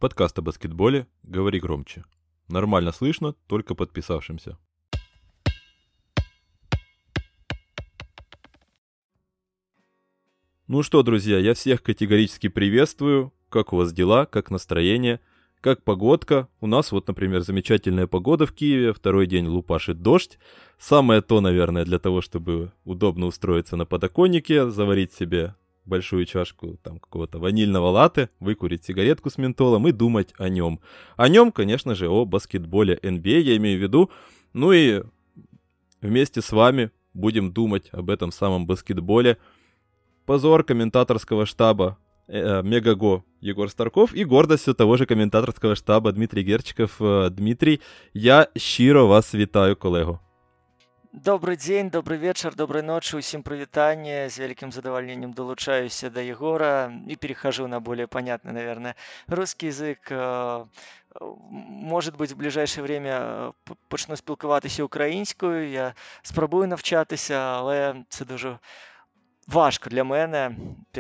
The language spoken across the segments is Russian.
Подкаст о баскетболе «Говори громче». Нормально слышно, только подписавшимся. Ну что, друзья, я всех категорически приветствую. Как у вас дела, как настроение, как погодка? У нас вот, например, замечательная погода в Киеве, второй день лупашит дождь. Самое то, наверное, для того, чтобы удобно устроиться на подоконнике, заварить себе большую чашку там какого-то ванильного латте, выкурить сигаретку с ментолом и думать о нем. О нем, конечно же, о баскетболе NBA, я имею в виду. Ну и вместе с вами будем думать об этом самом баскетболе. Позор комментаторского штаба Мегаго Егор Старков и гордость все того же комментаторского штаба Дмитрий Герчиков. Дмитрий, я щиро вас вітаю, колего. Добрый дзень, добрый вечар, доброй ночи, усім прывітанне. С великим задовольнением долучаюсь до Егора и перехожу на более понятный, наверное, русский язык. Может быть, в ближайшее время почну спілкуватися українською. Я спробую навчатися, але це дуже важко для мене.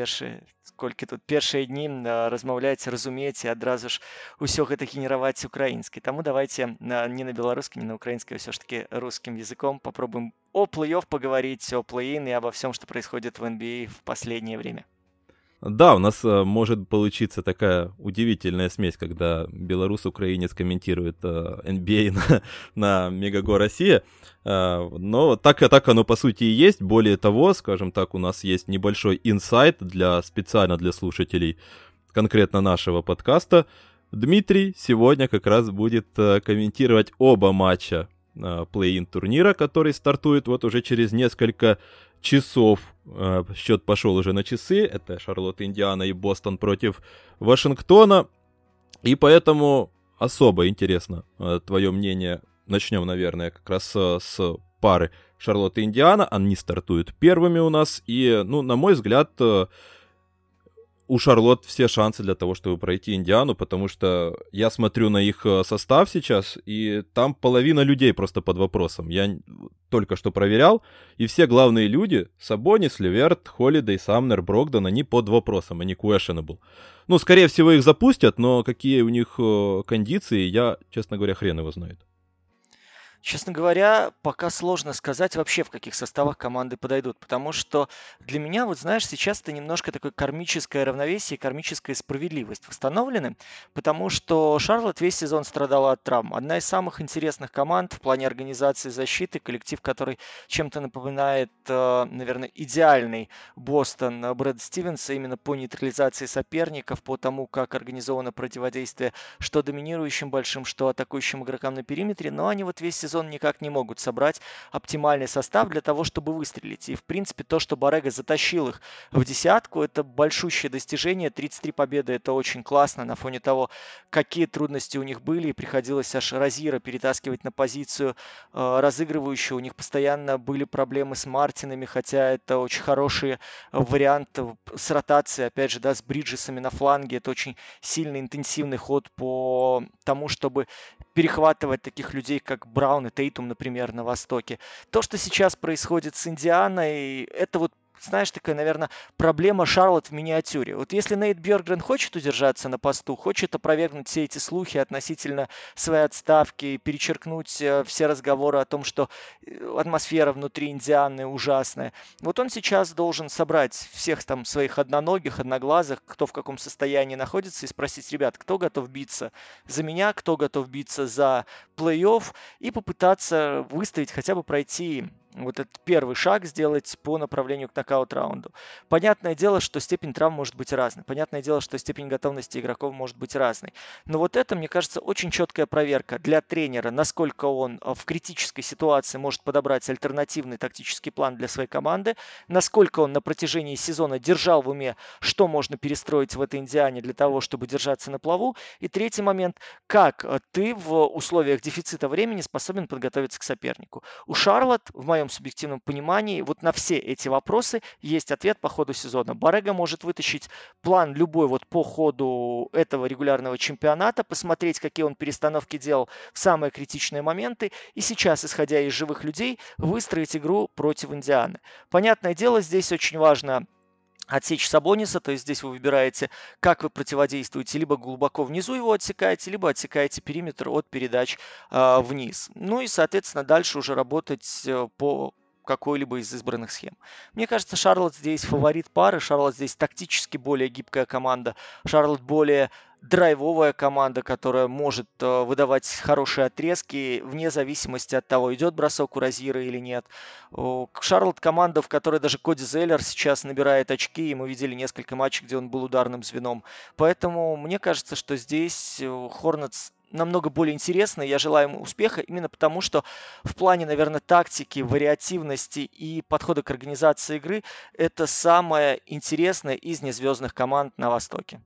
Першыя дні размаўляць, разумець і адразу ж усё гэта генераваць украінскай. Таму давайте не на беларускай, не на украінскай, а ўсё ж таки русским языком попробуем о плей-офф поговорить, о плей-ин и обо всем, что происходит в NBA в последнее время. Да, у нас может получиться такая удивительная смесь, когда белорус-украинец комментирует NBA на Мегаго Россия. Но так оно по сути и есть. Более того, скажем так, у нас есть небольшой инсайт специально для слушателей конкретно нашего подкаста. Дмитрий сегодня как раз будет комментировать оба матча плей-ин турнира, который стартует вот уже через несколько часов. Счет пошел уже на часы. Это Шарлотта, Индиана и Бостон против Вашингтона. И поэтому особо интересно твое мнение. Начнем, наверное, как раз с пары Шарлотта и Индиана. Они стартуют первыми у нас. И, на мой взгляд, у Шарлотт все шансы для того, чтобы пройти Индиану, потому что я смотрю на их состав сейчас, и там половина людей просто под вопросом. Я только что проверял, и все главные люди, Сабонис, Леверт, Холидей, Самнер, Брогдон, они под вопросом, они questionable. Скорее всего, их запустят, но какие у них кондиции, я, честно говоря, хрен его знает. Честно говоря, пока сложно сказать вообще, в каких составах команды подойдут, потому что для меня, вот знаешь, сейчас это немножко такое кармическое равновесие, кармическая справедливость восстановлены, потому что Шарлотт весь сезон страдала от травм. Одна из самых интересных команд в плане организации защиты, коллектив, который чем-то напоминает, наверное, идеальный Бостон Брэда Стивенса именно по нейтрализации соперников, по тому, как организовано противодействие что доминирующим большим, что атакующим игрокам на периметре, но они вот весь сезон никак не могут собрать оптимальный состав для того, чтобы выстрелить. И, в принципе, то, что Боррега затащил их в десятку, это большущее достижение. 33 победы – это очень классно на фоне того, какие трудности у них были. И приходилось аж Розира перетаскивать на позицию разыгрывающего. У них постоянно были проблемы с Мартинами, хотя это очень хороший вариант с ротацией, опять же, с Бриджесами на фланге. Это очень сильный, интенсивный ход по тому, чтобы перехватывать таких людей, как Браун и Тейтум, например, на Востоке. То, что сейчас происходит с Индианой, это вот, знаешь, такая, наверное, проблема Шарлотт в миниатюре. Вот если Нейт Бьоркгрен хочет удержаться на посту, хочет опровергнуть все эти слухи относительно своей отставки, перечеркнуть все разговоры о том, что атмосфера внутри Индианы ужасная, вот он сейчас должен собрать всех там своих одноногих, одноглазых, кто в каком состоянии находится, и спросить: ребят, кто готов биться за меня, кто готов биться за плей-офф, и попытаться выставить, хотя бы пройти вот этот первый шаг сделать по направлению к нокаут-раунду. Понятное дело, что степень травм может быть разной. Понятное дело, что степень готовности игроков может быть разной. Но вот это, мне кажется, очень четкая проверка для тренера, насколько он в критической ситуации может подобрать альтернативный тактический план для своей команды, насколько он на протяжении сезона держал в уме, что можно перестроить в этой Индиане для того, чтобы держаться на плаву. И третий момент, как ты в условиях дефицита времени способен подготовиться к сопернику. У Шарлотт, в моем субъективном понимании, вот на все эти вопросы есть ответ по ходу сезона. Боррега может вытащить план любой вот по ходу этого регулярного чемпионата, посмотреть, какие он перестановки делал в самые критичные моменты, и сейчас, исходя из живых людей, выстроить игру против Индианы. Понятное дело, здесь очень важно отсечь Сабониса, то есть здесь вы выбираете, как вы противодействуете, либо глубоко внизу его отсекаете, либо отсекаете периметр от передач вниз. Ну и, соответственно, дальше уже работать по какой-либо из избранных схем. Мне кажется, Шарлотт здесь фаворит пары, Шарлотт здесь тактически более гибкая команда, Шарлотт более драйвовая команда, которая может выдавать хорошие отрезки вне зависимости от того, идет бросок у Розьера или нет. Шарлотт команда, в которой даже Коди Зеллер сейчас набирает очки, и мы видели несколько матчей, где он был ударным звеном. Поэтому мне кажется, что здесь Хорнетс намного более интересно. Я желаю ему успеха именно потому, что в плане, наверное, тактики, вариативности и подхода к организации игры это самое интересное из незвездных команд на Востоке.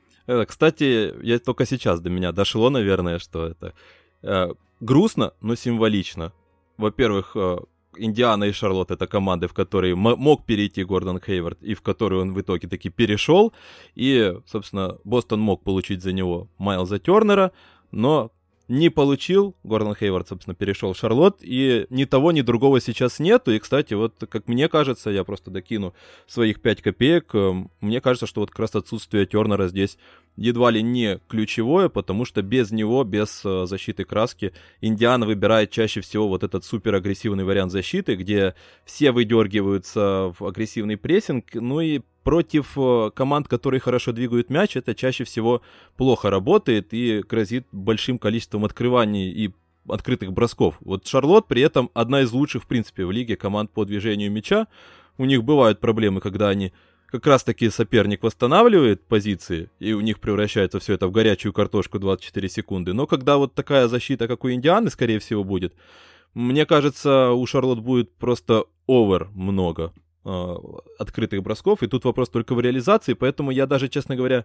Кстати, я только сейчас до меня дошло, наверное, что это грустно, но символично. Во-первых, Индиана и Шарлотт — это команды, в которые мог перейти Гордон Хейвард, и в которые он в итоге таки перешел. И, собственно, Бостон мог получить за него Майлза Тернера, но не получил. Гордон Хейвард, собственно, перешел в Шарлотт, и ни того, ни другого сейчас нету. И, кстати, вот как мне кажется, я просто докину своих 5 копеек, мне кажется, что вот как раз отсутствие Тернера здесь едва ли не ключевое, потому что без него, без защиты краски, Индиана выбирает чаще всего вот этот суперагрессивный вариант защиты, где все выдергиваются в агрессивный прессинг, ну и против команд, которые хорошо двигают мяч, это чаще всего плохо работает и грозит большим количеством открываний и открытых бросков. Вот Шарлотт при этом одна из лучших, в принципе, в лиге команд по движению мяча. У них бывают проблемы, когда они как раз-таки соперник восстанавливает позиции, и у них превращается все это в горячую картошку 24 секунды. Но когда вот такая защита, как у Индианы, скорее всего, будет, мне кажется, у Шарлотт будет просто овер много открытых бросков, и тут вопрос только в реализации, поэтому я даже, честно говоря,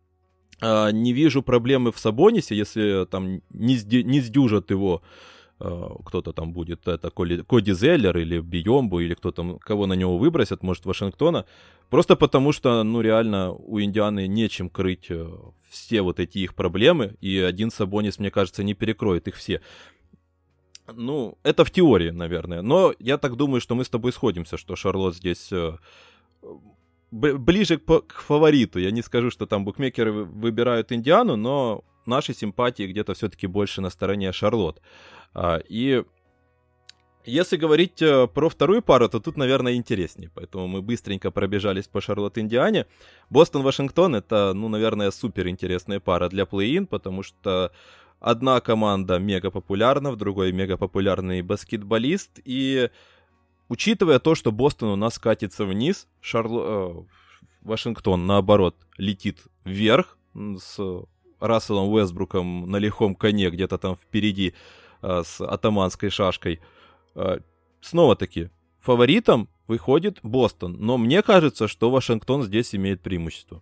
не вижу проблемы в Сабонисе, если там не сдюжат его кто-то там будет, это Коди Зеллер или Бийомбу, или кто там, кого на него выбросят, может, Вашингтона, просто потому что, ну, реально у Индианы нечем крыть все вот эти их проблемы, и один Сабонис, мне кажется, не перекроет их все. Ну, это в теории, наверное. Но я так думаю, что мы с тобой сходимся, что Шарлотт здесь ближе к фавориту. Я не скажу, что там букмекеры выбирают Индиану, но наши симпатии где-то все-таки больше на стороне Шарлотт. И если говорить про вторую пару, то тут, наверное, интереснее. Поэтому мы быстренько пробежались по Шарлотт-Индиане. Бостон-Вашингтон — это, ну, наверное, супер интересная пара для плей-ин, потому что одна команда мега популярна, в другой мега популярный баскетболист. И учитывая то, что Бостон у нас катится вниз, Вашингтон, наоборот, летит вверх с Расселом Уэсбруком на лихом коне где-то там впереди с атаманской шашкой. Снова-таки, фаворитом выходит Бостон. Но мне кажется, что Вашингтон здесь имеет преимущество.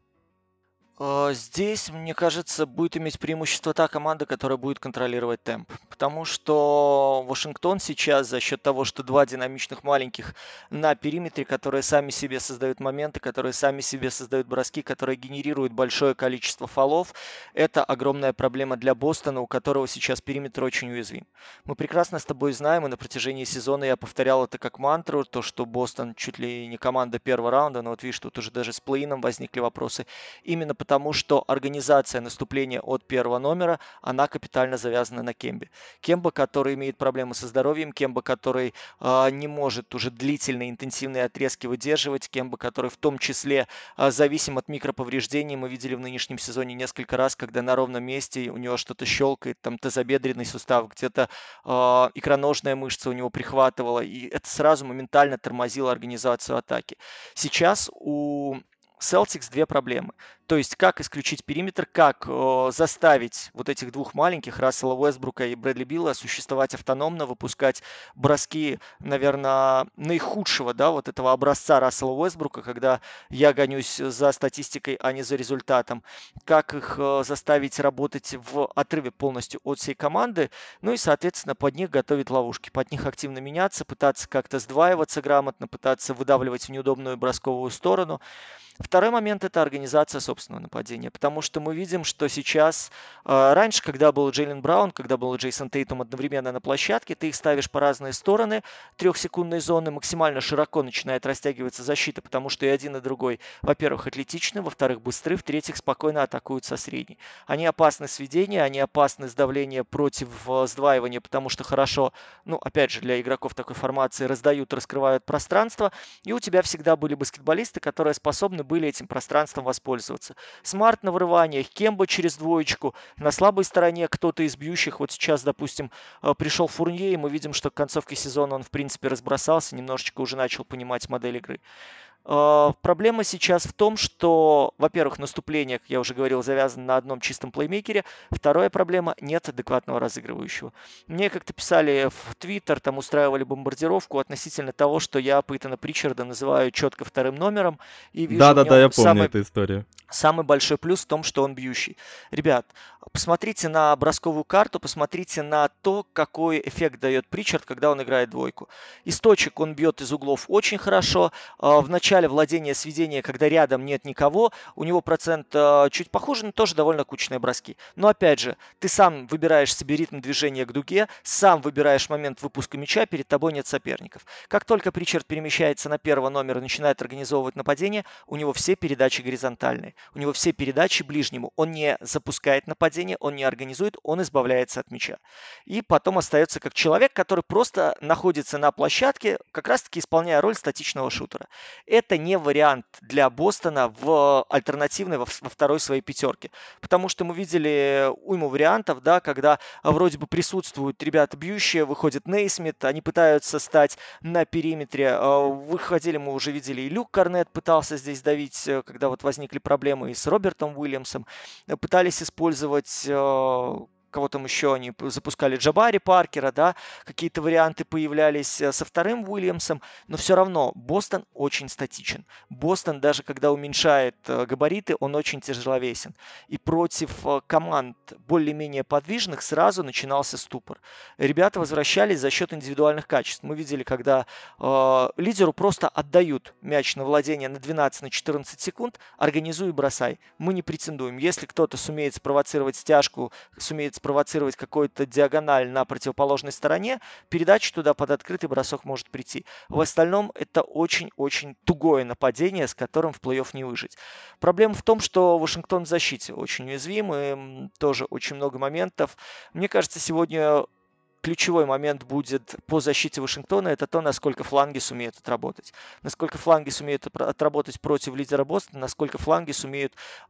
Здесь, мне кажется, будет иметь преимущество та команда, которая будет контролировать темп. Потому что Вашингтон сейчас за счет того, что два динамичных маленьких на периметре, которые сами себе создают моменты, которые сами себе создают броски, которые генерируют большое количество фолов, это огромная проблема для Бостона, у которого сейчас периметр очень уязвим. Мы прекрасно с тобой знаем, и на протяжении сезона я повторял это как мантру, то, что Бостон чуть ли не команда первого раунда, но вот видишь, тут уже даже с плей-ином возникли вопросы. Именно потому что организация наступления от первого номера, она капитально завязана на Кембе. Кемба, который имеет проблемы со здоровьем, Кемба, который не может уже длительные интенсивные отрезки выдерживать, Кемба, который в том числе зависим от микроповреждений. Мы видели в нынешнем сезоне несколько раз, когда на ровном месте у него что-то щелкает, там тазобедренный сустав, где-то икроножная мышца у него прихватывала, и это сразу моментально тормозило организацию атаки. Сейчас у Celtics две проблемы. То есть, как исключить периметр, как заставить вот этих двух маленьких, Рассела Уэсбрука и Брэдли Билла, существовать автономно, выпускать броски, наверное, наихудшего, да, вот этого образца Рассела Уэсбрука, когда я гонюсь за статистикой, а не за результатом. Как их заставить работать в отрыве полностью от всей команды, ну и, соответственно, под них готовить ловушки, под них активно меняться, пытаться как-то сдваиваться грамотно, пытаться выдавливать в неудобную бросковую сторону. Второй момент – это организация собственного собственного нападения, потому что мы видим, что сейчас, раньше, когда был Джейлен Браун, когда был Джейсон Тейтум одновременно на площадке, ты их ставишь по разные стороны трехсекундной зоны, максимально широко начинает растягиваться защита, потому что и один, и другой, во-первых, атлетичны, во-вторых, быстры, в-третьих, спокойно атакуют со средней. Они опасны с ведения, они опасны с давления против сдваивания, потому что хорошо, ну, опять же, для игроков такой формации раздают, раскрывают пространство, и у тебя всегда были баскетболисты, которые способны были этим пространством воспользоваться. Смарт на вырываниях, Кембо через двоечку, на слабой стороне кто-то из бьющих, вот сейчас, допустим, пришел Фурнье, и мы видим, что к концовке сезона он, в принципе, разбросался, немножечко уже начал понимать модель игры. Проблема сейчас в том, что, во-первых, наступление, как я уже говорил, завязано на одном чистом плеймейкере. Вторая проблема – нет адекватного разыгрывающего. Мне как-то писали в Твиттер, там устраивали бомбардировку относительно того, что я Пейтона Причарда называю четко вторым номером. И вижу Да-да-да, я помню эту историю. Самый большой плюс в том, что он бьющий. Ребят, посмотрите на бросковую карту, посмотрите на то, какой эффект дает Причард, когда он играет двойку. Из точек он бьет из углов очень хорошо. В начале владения сведения, когда рядом нет никого, у него процент чуть похуже, но тоже довольно кучные броски. Но опять же, ты сам выбираешь себе ритм движения к дуге, сам выбираешь момент выпуска мяча, перед тобой нет соперников. Как только Причард перемещается на первого номера и начинает организовывать нападение, у него все передачи горизонтальные. У него все передачи ближнему. Он не запускает нападение, он не организует, он избавляется от мяча. И потом остается как человек, который просто находится на площадке, как раз-таки исполняя роль статичного шутера. Это не вариант для Бостона в альтернативной во второй своей пятерке. Потому что мы видели уйму вариантов, да, когда вроде бы присутствуют ребята бьющие, выходит Нейсмит, они пытаются стать на периметре. Выходили, мы уже видели, и Люк Корнет пытался здесь давить, когда вот возникли проблемы и с Робертом Уильямсом. Пытались использовать кого там еще они запускали, Джабари Паркера, да, какие-то варианты появлялись со вторым Уильямсом, но все равно Бостон очень статичен. Бостон, даже когда уменьшает габариты, он очень тяжеловесен. И против команд более-менее подвижных сразу начинался ступор. Ребята возвращались за счет индивидуальных качеств. Мы видели, когда лидеру просто отдают мяч на владение на 12-14 секунд, организуй и бросай. Мы не претендуем. Если кто-то сумеет спровоцировать стяжку, сумеет спровоцировать какой-то диагональ на противоположной стороне, передача туда под открытый бросок может прийти. В остальном это очень-очень тугое нападение, с которым в плей-офф не выжить. Проблема в том, что Вашингтон в защите очень уязвим, и тоже очень много моментов. Мне кажется, сегодня ключевой момент будет по защите Вашингтона, это то, насколько фланги сумеют отработать. Насколько фланги сумеют отработать против лидера Бостона, насколько фланги сумеют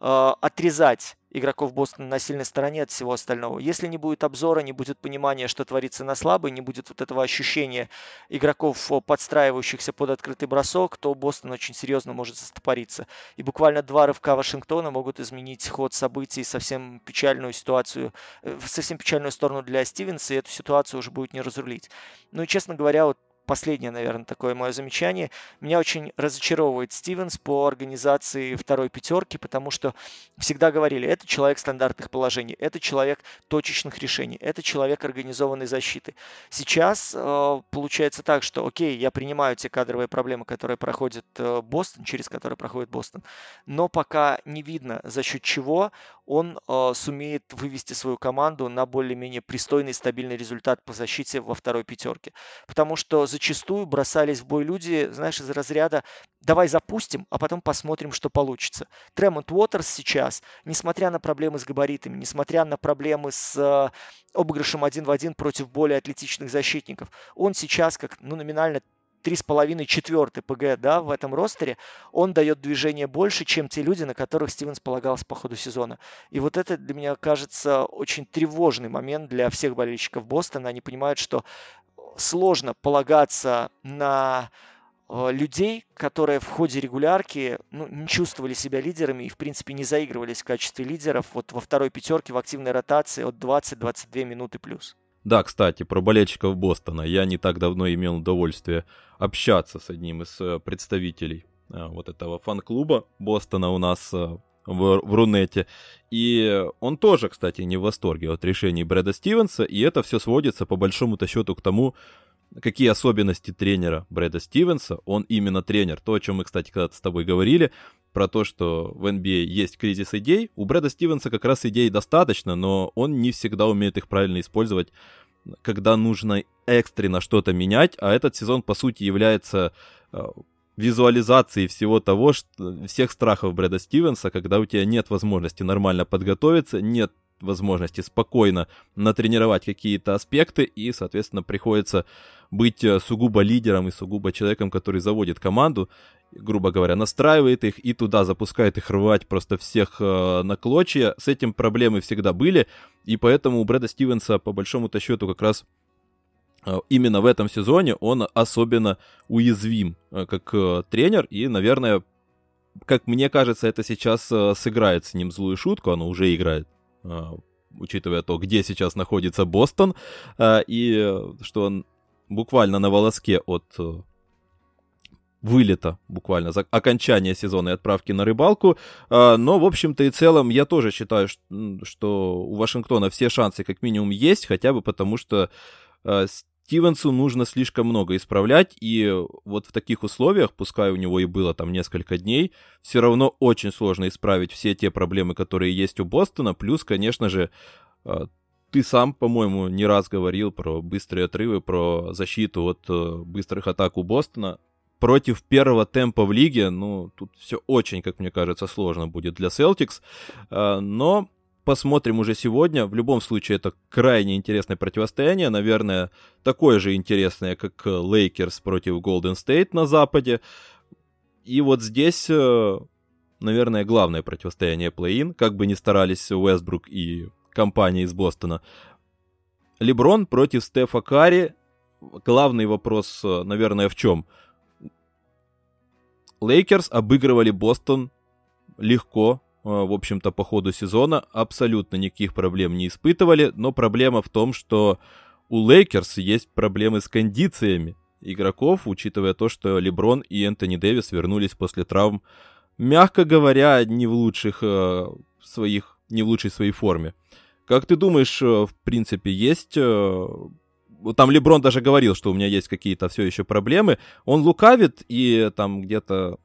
отрезать игроков Бостона на сильной стороне от всего остального. Если не будет обзора, не будет понимания, что творится на слабой, не будет вот этого ощущения игроков, подстраивающихся под открытый бросок, то Бостон очень серьезно может застопориться. И буквально 2 рывка Вашингтона могут изменить ход событий, совсем печальную ситуацию, совсем печальную сторону для Стивенса, и эту ситуацию уже будет не разрулить. Ну и, честно говоря, вот последнее, наверное, такое мое замечание. Меня очень разочаровывает Стивенс по организации второй пятерки, потому что всегда говорили, это человек стандартных положений, это человек точечных решений, это человек организованной защиты. Сейчас получается так, что окей, я принимаю те кадровые проблемы, которые проходит Бостон, через которые проходит Бостон, но пока не видно, за счет чего он сумеет вывести свою команду на более-менее пристойный, стабильный результат по защите во второй пятерке. Потому что зачастую бросались в бой люди, знаешь, из разряда «давай запустим, а потом посмотрим, что получится». Тремонт Уотерс сейчас, несмотря на проблемы с габаритами, несмотря на проблемы с обыгрышем 1 в 1 против более атлетичных защитников, он сейчас как номинально 3,5-4 ПГ, да, в этом ростере, он дает движение больше, чем те люди, на которых Стивенс полагался по ходу сезона. И вот это для меня кажется очень тревожный момент для всех болельщиков Бостона. Они понимают, что сложно полагаться на людей, которые в ходе регулярки не чувствовали себя лидерами и, в принципе, не заигрывались в качестве лидеров вот во второй пятерке в активной ротации от 20-22 минуты плюс. Да, кстати, про болельщиков Бостона. Я не так давно имел удовольствие общаться с одним из представителей вот этого фан-клуба Бостона у нас в Рунете. И он тоже, кстати, не в восторге от решений Брэда Стивенса, и это все сводится по большому-то счету к тому, какие особенности тренера Брэда Стивенса. Он именно тренер. То, о чем мы, кстати, когда-то с тобой говорили, про то, что в NBA есть кризис идей. У Брэда Стивенса как раз идей достаточно, но он не всегда умеет их правильно использовать, когда нужно экстренно что-то менять, а этот сезон, по сути, является визуализацией всего того, всех страхов Брэда Стивенса, когда у тебя нет возможности нормально подготовиться, нет возможности спокойно натренировать какие-то аспекты, и, соответственно, приходится быть сугубо лидером и сугубо человеком, который заводит команду, грубо говоря, настраивает их и туда запускает их рвать просто всех на клочья. С этим проблемы всегда были, и поэтому у Брэда Стивенса, по большому-то счету, как раз именно в этом сезоне он особенно уязвим как тренер, и, наверное, как мне кажется, это сейчас сыграет с ним злую шутку, оно уже играет, учитывая то, где сейчас находится Бостон, и что он буквально на волоске от вылета, буквально, за окончания сезона и отправки на рыбалку. Но, в общем-то и целом, я тоже считаю, что у Вашингтона все шансы как минимум есть, хотя бы потому, что Стивенсу нужно слишком много исправлять, и вот в таких условиях, пускай у него и было там несколько дней, все равно очень сложно исправить все те проблемы, которые есть у Бостона, плюс, конечно же, ты сам, по-моему, не раз говорил про быстрые отрывы, про защиту от быстрых атак у Бостона. Против первого темпа в лиге, ну, тут все очень, как мне кажется, сложно будет для Celtics, но посмотрим уже сегодня. В любом случае, это крайне интересное противостояние. Наверное, такое же интересное, как Лейкерс против Golden State на Западе. И вот здесь, наверное, главное противостояние плей-ин. Как бы ни старались Уэстбрук и компания из Бостона. Леброн против Стефа Карри. Главный вопрос, наверное, в чем? Лейкерс обыгрывали Бостон легко, в общем-то, по ходу сезона, абсолютно никаких проблем не испытывали, но проблема в том, что у Лейкерс есть проблемы с кондициями игроков, учитывая то, что Леброн и Энтони Дэвис вернулись после травм, мягко говоря, не в лучшей своей форме. Как ты думаешь, в принципе, есть... Там Леброн даже говорил, что у меня есть какие-то все еще проблемы. Он лукавит и там где-то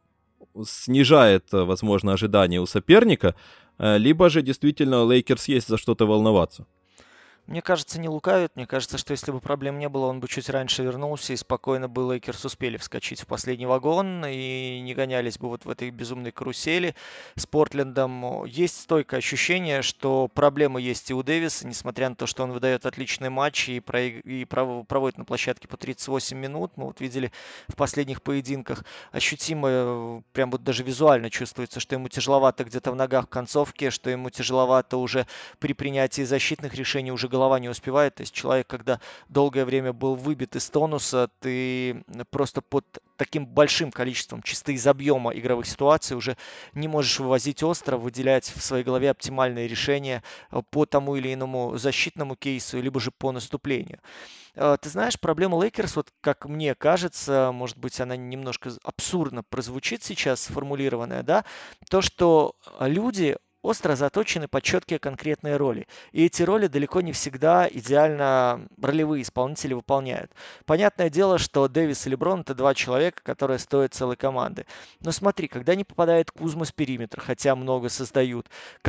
снижает, возможно, ожидания у соперника, либо же действительно Лейкерс есть за что-то волноваться. Мне кажется, не лукавит. Мне кажется, что если бы проблем не было, он бы чуть раньше вернулся, и спокойно бы Лейкерс успели вскочить в последний вагон, и не гонялись бы вот в этой безумной карусели с Портлендом. Есть стойкое ощущение, что проблемы есть и у Дэвиса, несмотря на то, что он выдает отличные матчи и проводит на площадке по 38 минут. Мы вот видели в последних поединках ощутимо, прям вот даже визуально чувствуется, что ему тяжеловато где-то в ногах в концовке, что ему тяжеловато уже при принятии защитных решений, уже голова не успевает. То есть человек, когда долгое время был выбит из тонуса, ты просто под таким большим количеством чисто из объема игровых ситуаций уже не можешь вывозить остро, выделять в своей голове оптимальные решения по тому или иному защитному кейсу, либо же по наступлению. Ты знаешь, проблема Лейкерс, вот как мне кажется, может быть, она немножко абсурдно прозвучит сейчас, сформулированная, да, то, что люди остро заточены под четкие конкретные роли. И эти роли далеко не всегда идеально ролевые исполнители выполняют. Понятное дело, что Дэвис и Леброн — это два человека, которые стоят целой команды. Но смотри, когда не попадает Кузма с периметра, хотя много создают,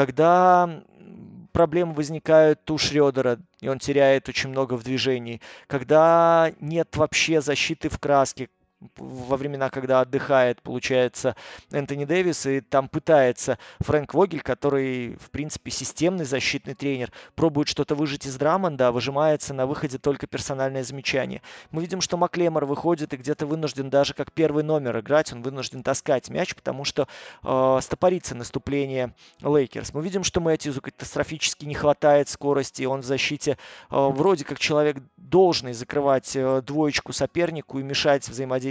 когда проблемы возникают у Шрёдера, и он теряет очень много в движении, когда нет вообще защиты в краске, во времена, когда отдыхает, получается, Энтони Дэвис, и там пытается Фрэнк Вогель, который, в принципе, системный защитный тренер, пробует что-то выжать из Драмонда, а выжимается на выходе только персональное замечание. Мы видим, что Маклемор выходит и где-то вынужден даже как первый номер играть, он вынужден таскать мяч, потому что стопорится наступление Лейкерс. Мы видим, что Мэтьюзу катастрофически не хватает скорости, он в защите вроде как человек должный закрывать двоечку сопернику и мешать взаимодействию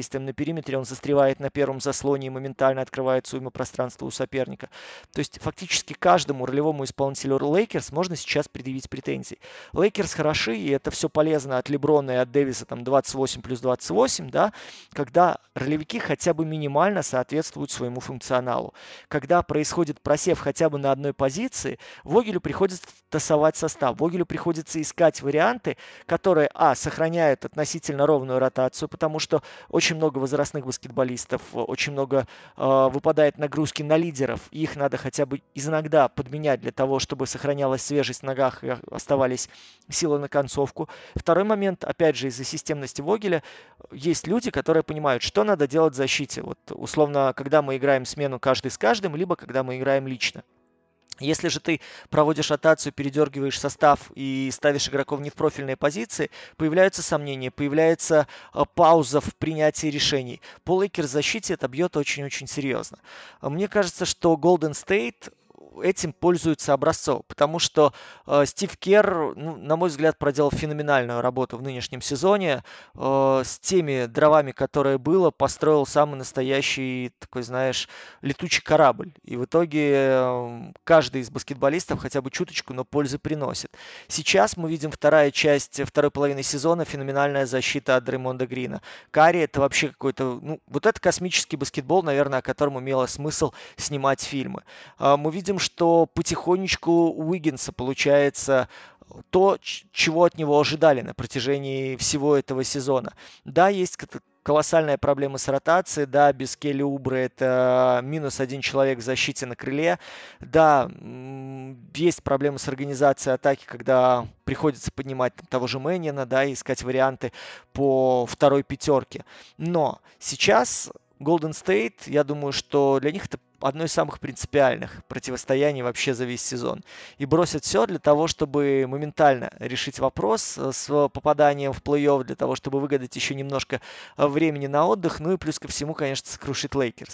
взаимодействием на периметре, он застревает на первом заслоне и моментально открывается уйма пространства у соперника. То есть фактически каждому ролевому исполнителю Лейкерс можно сейчас предъявить претензии. Лейкерс хороши, и это все полезно от Леброна и от Дэвиса, там 28 плюс 28, да, когда ролевики хотя бы минимально соответствуют своему функционалу. Когда происходит просев хотя бы на одной позиции, Вогелю приходится тасовать состав, Вогелю приходится искать варианты, которые, сохраняют относительно ровную ротацию, потому что очень много возрастных баскетболистов, очень много выпадает нагрузки на лидеров, и их надо хотя бы иногда подменять для того, чтобы сохранялась свежесть в ногах и оставались силы на концовку. Второй момент, опять же, из-за системности Вогеля, есть люди, которые понимают, что надо делать в защите. Вот, условно, когда мы играем смену каждый с каждым, либо когда мы играем лично. Если же ты проводишь ротацию, передергиваешь состав и ставишь игроков не в профильные позиции, появляются сомнения, появляется пауза в принятии решений. По Lakers защите это бьет очень-очень серьезно. Мне кажется, что Golden State этим пользуются образцово, потому что Стив Керр, на мой взгляд, проделал феноменальную работу в нынешнем сезоне. С теми дровами, которые было, построил самый настоящий, такой, знаешь, летучий корабль. И в итоге каждый из баскетболистов хотя бы чуточку, но пользы приносит. Сейчас мы видим вторая часть второй половины сезона, феноменальная защита от Дреймонда Грина. Карри это вообще какой-то, вот это космический баскетбол, наверное, о котором имело смысл снимать фильмы. Мы видим, что потихонечку у Уиггинса получается то, чего от него ожидали на протяжении всего этого сезона. Да, есть колоссальная проблема с ротацией, да, без Келли Убры это минус один человек в защите на крыле, да, есть проблемы с организацией атаки, когда приходится поднимать того же Мэннина, да, искать варианты по второй пятерке. Но сейчас Golden State, я думаю, что для них это одно из самых принципиальных противостояний вообще за весь сезон. И бросят все для того, чтобы моментально решить вопрос с попаданием в плей-офф, для того, чтобы выгадать еще немножко времени на отдых, ну и плюс ко всему, конечно, сокрушить Лейкерс.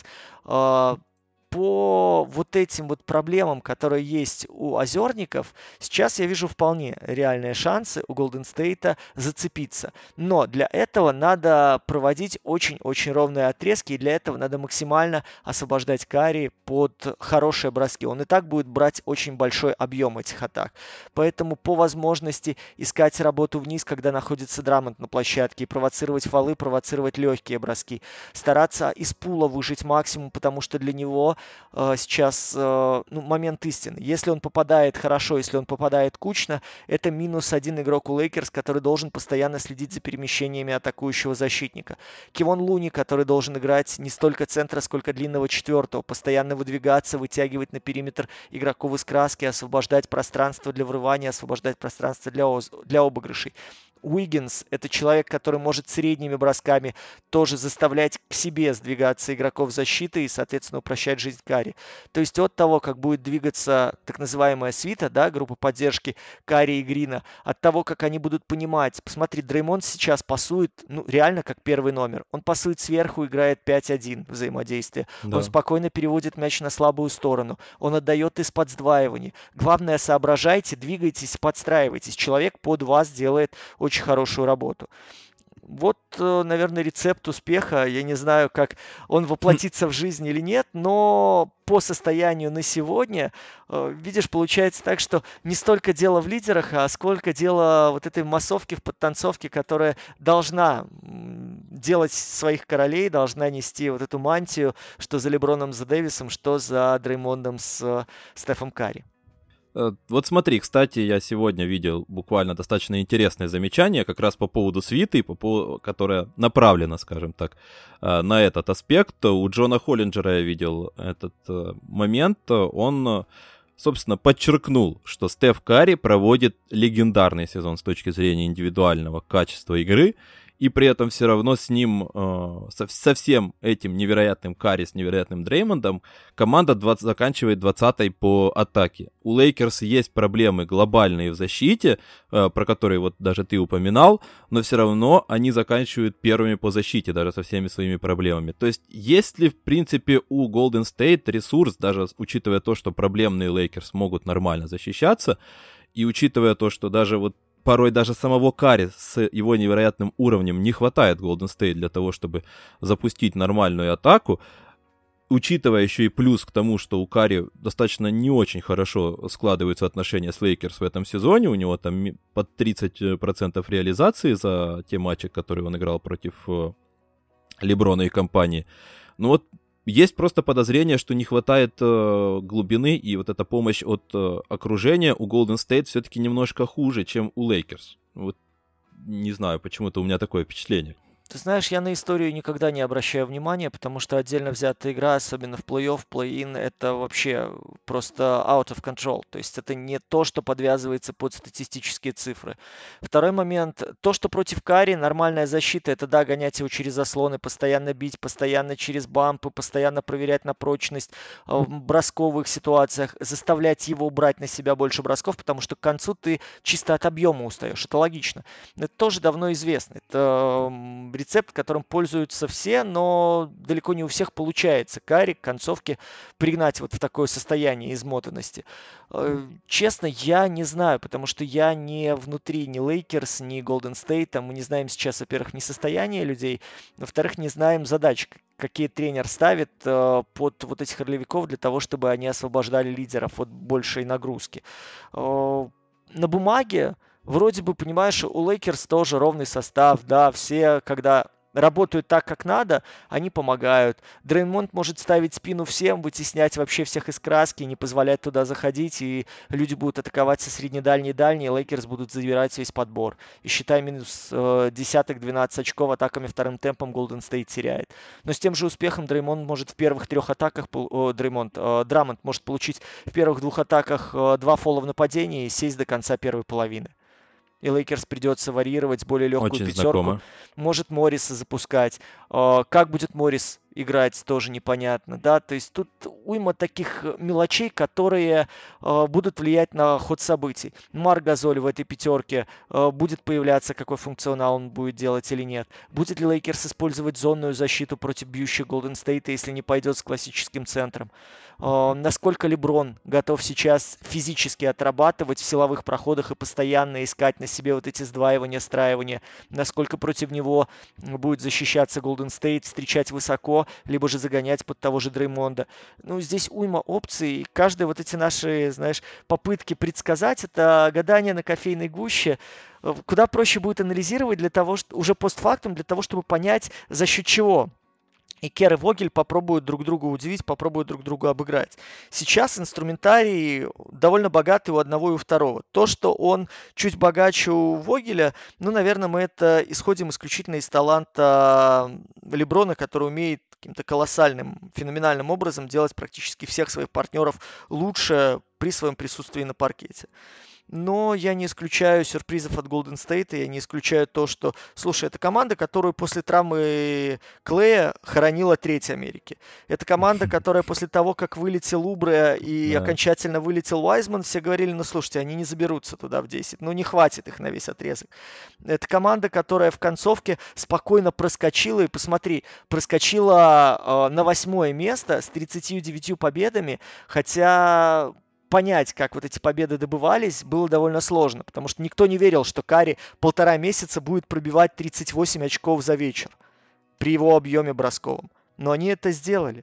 По вот этим вот проблемам, которые есть у озерников, сейчас я вижу вполне реальные шансы у Golden State зацепиться. Но для этого надо проводить очень-очень ровные отрезки, и для этого надо максимально освобождать Карри под хорошие броски. Он и так будет брать очень большой объем этих атак. Поэтому по возможности искать работу вниз, когда находится Драмонд на площадке, и провоцировать фолы, провоцировать легкие броски. Стараться из пула выжить максимум, потому что для него сейчас момент истины. Если он попадает хорошо, если он попадает кучно, это минус один игрок у Лейкерс, который должен постоянно следить за перемещениями атакующего защитника. Кевон Луни, который должен играть не столько центра, сколько длинного четвертого, постоянно выдвигаться, вытягивать на периметр игроков из краски, освобождать пространство для врывания, освобождать пространство для обыгрышей. Уиггинс – это человек, который может средними бросками тоже заставлять к себе сдвигаться игроков защиты и, соответственно, упрощать жизнь Карри. То есть от того, как будет двигаться так называемая свита, да, группа поддержки Карри и Грина, от того, как они будут понимать. Посмотри, Дреймонд сейчас пасует, реально как первый номер. Он пасует сверху, играет 5-1 взаимодействие. Да. Он спокойно переводит мяч на слабую сторону. Он отдает из-под сдваиваний. Главное, соображайте, двигайтесь, подстраивайтесь. Человек под вас делает очень хорошую работу. Вот, наверное, рецепт успеха. Я не знаю, как он воплотится в жизнь или нет, но по состоянию на сегодня, видишь, получается так, что не столько дело в лидерах, а сколько дело вот этой массовки в подтанцовке, которая должна делать своих королей, должна нести вот эту мантию, что за Леброном, за Дэвисом, что за Дреймондом с Стефом Карри. Вот смотри, кстати, я сегодня видел буквально достаточно интересное замечание как раз по поводу свиты, которая направлена, скажем так, на этот аспект. У Джона Холлинджера я видел этот момент. Он, собственно, подчеркнул, что Стеф Карри проводит легендарный сезон с точки зрения индивидуального качества игры, и при этом все равно с ним, со всем этим невероятным Карри, с невероятным Дреймондом, команда заканчивает 20-й по атаке. У Лейкерс есть проблемы глобальные в защите, про которые вот даже ты упоминал, но все равно они заканчивают первыми по защите, даже со всеми своими проблемами. То есть есть ли, в принципе, у Golden State ресурс, даже учитывая то, что проблемные Лейкерс могут нормально защищаться, и учитывая то, что даже вот порой даже самого Карри с его невероятным уровнем не хватает Golden State для того, чтобы запустить нормальную атаку. Учитывая еще и плюс к тому, что у Карри достаточно не очень хорошо складываются отношения с Лейкерс в этом сезоне, у него там под 30% реализации за те матчи, которые он играл против Леброна и компании. Ну вот есть просто подозрение, что не хватает глубины, и вот эта помощь от окружения у Golden State все-таки немножко хуже, чем у Лейкерс. Вот не знаю, почему-то у меня такое впечатление. Ты знаешь, я на историю никогда не обращаю внимания, потому что отдельно взятая игра, особенно в плей-офф, плей-ин, это вообще просто out of control. То есть это не то, что подвязывается под статистические цифры. Второй момент. То, что против Карри нормальная защита, это да, гонять его через заслоны, постоянно бить, постоянно через бампы, постоянно проверять на прочность в бросковых ситуациях, заставлять его брать на себя больше бросков, потому что к концу ты чисто от объема устаешь. Это логично. Это тоже давно известно. Это рецепт, которым пользуются все, но далеко не у всех получается Карри к концовке пригнать вот в такое состояние измотанности. Честно, я не знаю, потому что я не внутри ни Лейкерс, ни Голден Стейта. Мы не знаем сейчас, во-первых, ни состояние людей, во-вторых, не знаем задач, какие тренер ставит под вот этих ролевиков для того, чтобы они освобождали лидеров от большей нагрузки. На бумаге вроде бы, понимаешь, у Лейкерс тоже ровный состав, да, все, когда работают так, как надо, они помогают. Дреймонд может ставить спину всем, вытеснять вообще всех из краски, не позволять туда заходить, и люди будут атаковать со среднедальней и дальней, и Лейкерс будут забирать весь подбор. И считай, минус 10-12 очков атаками вторым темпом Голден Стейт теряет. Но с тем же успехом Дреймонд может в первых 3 атаках, Драмонд может получить в первых 2 атаках 2 фола в нападении и сесть до конца первой половины. И Лейкерс придется варьировать более легкую Очень пятерку. знакомо. Может Морриса запускать. Как будет Моррис играть, тоже непонятно, да, то есть тут уйма таких мелочей, которые будут влиять на ход событий. Марк Газоль в этой пятерке будет появляться, какой функционал он будет делать или нет. Будет ли Лейкерс использовать зонную защиту против бьющих Голден Стейта, если не пойдет с классическим центром. Насколько Леброн готов сейчас физически отрабатывать в силовых проходах и постоянно искать на себе вот эти сдваивания, страивания. Насколько против него будет защищаться Голден Стейт, встречать высоко, либо же загонять под того же Дреймонда. Ну, здесь уйма опций. Каждые вот эти наши, знаешь, попытки предсказать, это гадание на кофейной гуще. Куда проще будет анализировать для того, что уже постфактум, для того, чтобы понять, за счет чего. И Кер и Вогель попробуют друг друга удивить, попробуют друг друга обыграть. Сейчас инструментарий довольно богатый у одного и у второго. То, что он чуть богаче у Вогеля, ну, наверное, мы это исходим исключительно из таланта Леброна, который умеет каким-то колоссальным, феноменальным образом делать практически всех своих партнеров лучше при своем присутствии на паркете. Но я не исключаю сюрпризов от Golden State, я не исключаю то, что, слушай, это команда, которую после травмы Клея хоронила треть Америки. Это команда, которая после того, как вылетел Убре и окончательно вылетел Уайзман, все говорили, ну, слушайте, они не заберутся туда в 10, ну, не хватит их на весь отрезок. Это команда, которая в концовке спокойно проскочила, и посмотри, проскочила на 8 место с 39 победами, хотя понять, как вот эти победы добывались, было довольно сложно, потому что никто не верил, что Карри 1,5 месяца будет пробивать 38 очков за вечер при его объеме бросковом. Но они это сделали.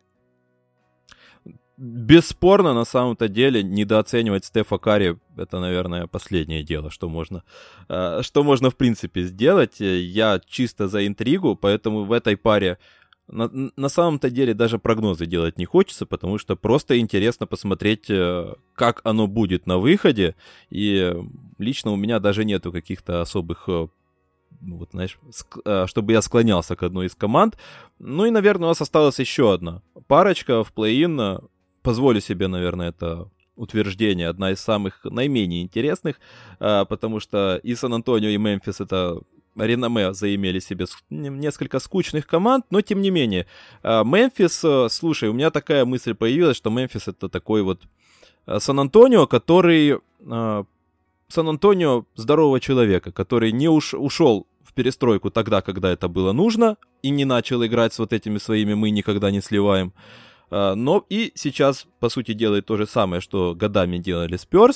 Бесспорно, на самом-то деле, недооценивать Стефа Карри — это, наверное, последнее дело, что можно, в принципе, сделать. Я чисто за интригу, поэтому в этой паре на самом-то деле даже прогнозы делать не хочется, потому что просто интересно посмотреть, как оно будет на выходе. И лично у меня даже нету каких-то особых, вот, знаешь, чтобы я склонялся к одной из команд. Ну и, наверное, у нас осталась еще одна парочка в плей-ин. Позволю себе, наверное, это утверждение, одна из самых наименее интересных, потому что и Сан-Антонио, и Мемфис — это реноме заимели себе несколько скучных команд, но тем не менее. Мемфис, слушай, у меня такая мысль появилась, что Мемфис — это такой вот Сан-Антонио, который... Сан-Антонио здорового человека, который не ушел в перестройку тогда, когда это было нужно, и не начал играть с вот этими своими «мы никогда не сливаем». Но и сейчас, по сути, делает то же самое, что годами делали Спёрс.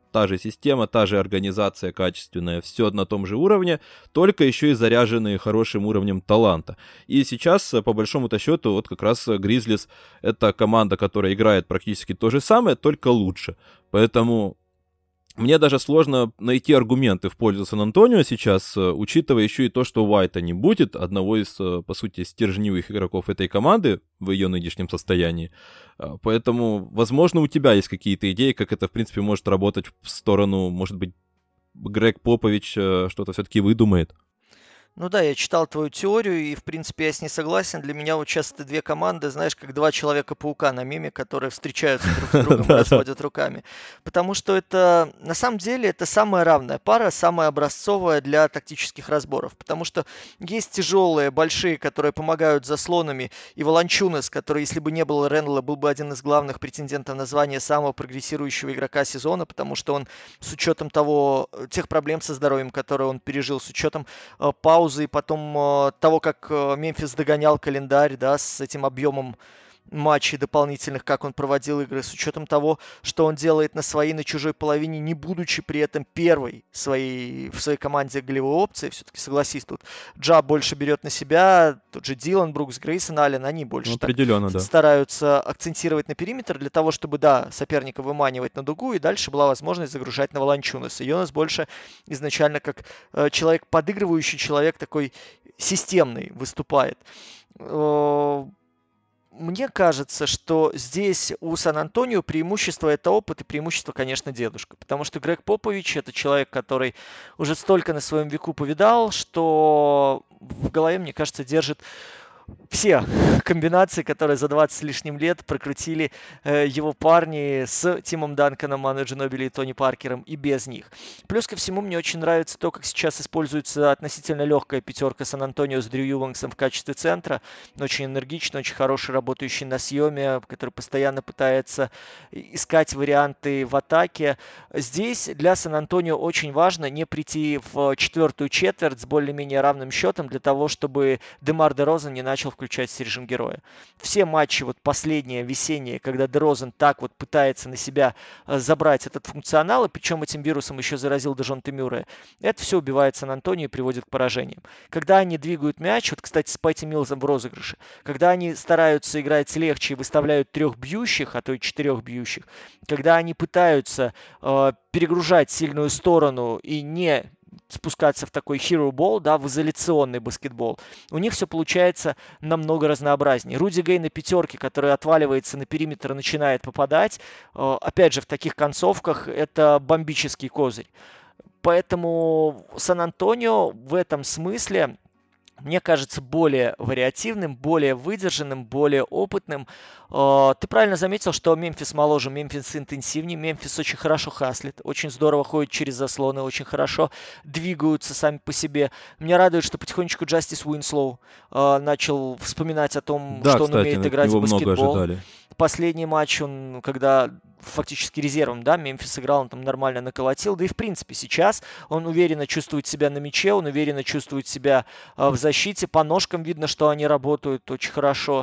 та же система, та же организация качественная, все на том же уровне, только еще и заряженные хорошим уровнем таланта. И сейчас, по большому-то счету, вот как раз Гризлис — это команда, которая играет практически то же самое, только лучше. Поэтому мне даже сложно найти аргументы в пользу Сан-Антонио сейчас, учитывая еще и то, что Уайта не будет, одного из, по сути, стержневых игроков этой команды в ее нынешнем состоянии. Поэтому, возможно, у тебя есть какие-то идеи, как это, в принципе, может работать в сторону, может быть, Грег Попович что-то все-таки выдумает. Ну да, я читал твою теорию, и, в принципе, я с ней согласен. Для меня вот сейчас это две команды, знаешь, как два Человека-паука на меме, которые встречаются друг с другом и разводят руками. Потому что это, на самом деле, это самая равная пара, самая образцовая для тактических разборов. Потому что есть тяжелые, большие, которые помогают заслонами, и Волончунас, который, если бы не было Реннелла, был бы один из главных претендентов на звание самого прогрессирующего игрока сезона, потому что он, с учетом тех проблем со здоровьем, которые он пережил, с учетом паузы, и потом того, как Мемфис догонял календарь, да, с этим объемом матчей дополнительных, как он проводил игры, с учетом того, что он делает на своей, на чужой половине, не будучи при этом первой в своей команде голевой опции. Все-таки, согласись, тут Джа больше берет на себя, тот же Дилан, Брукс, Грейсон, Аллен, они больше стараются акцентировать на периметр для того, чтобы, да, соперника выманивать на дугу, и дальше была возможность загружать на Волончунаса. Йонас больше изначально как человек подыгрывающий, человек такой системный выступает. Мне кажется, что здесь у Сан-Антонио преимущество — это опыт, и преимущество, конечно, дедушка. Потому что Грег Попович — это человек, который уже столько на своем веку повидал, что в голове, мне кажется, держит все комбинации, которые за 20 с лишним лет прокрутили его парни с Тимом Данканом, Ману Джинобили и Тони Паркером, и без них. Плюс ко всему, мне очень нравится то, как сейчас используется относительно легкая пятерка Сан-Антонио с Дрю Юбанксом в качестве центра. Очень энергичный, очень хороший, работающий на съеме, который постоянно пытается искать варианты в атаке. Здесь для Сан-Антонио очень важно не прийти в четвертую четверть с более-менее равным счетом для того, чтобы Демар Дерозан не начал включать режим героя. Все матчи, вот последние, весенние, когда Дерозан так вот пытается на себя забрать этот функционал, и причем этим вирусом еще заразил Дежонте Мюррея, это все убивает Сан-Антонио и приводит к поражениям. Когда они двигают мяч, вот, кстати, с Пэтти Милзом в розыгрыше, когда они стараются играть легче и выставляют 3 бьющих, а то и 4 бьющих, когда они пытаются перегружать сильную сторону и не спускаться в такой hero ball, да, в изоляционный баскетбол, у них все получается намного разнообразнее. Руди Гей на пятерке, который отваливается на периметр и начинает попадать, опять же, в таких концовках это бомбический козырь. Поэтому Сан-Антонио в этом смысле, мне кажется, более вариативным, более выдержанным, более опытным. Ты правильно заметил, что Мемфис моложе, Мемфис интенсивнее, Мемфис очень хорошо хаслит, очень здорово ходит через заслоны, очень хорошо двигаются сами по себе. Меня радует, что потихонечку Джастис Уинслоу начал вспоминать о том, да, что кстати, он умеет играть в баскетбол. Много ожидали. Последний матч он, когда фактически резервом, да, Мемфис играл, он там нормально наколотил. Да и в принципе сейчас он уверенно чувствует себя на мяче, он уверенно чувствует себя в защите. По ножкам видно, что они работают очень хорошо.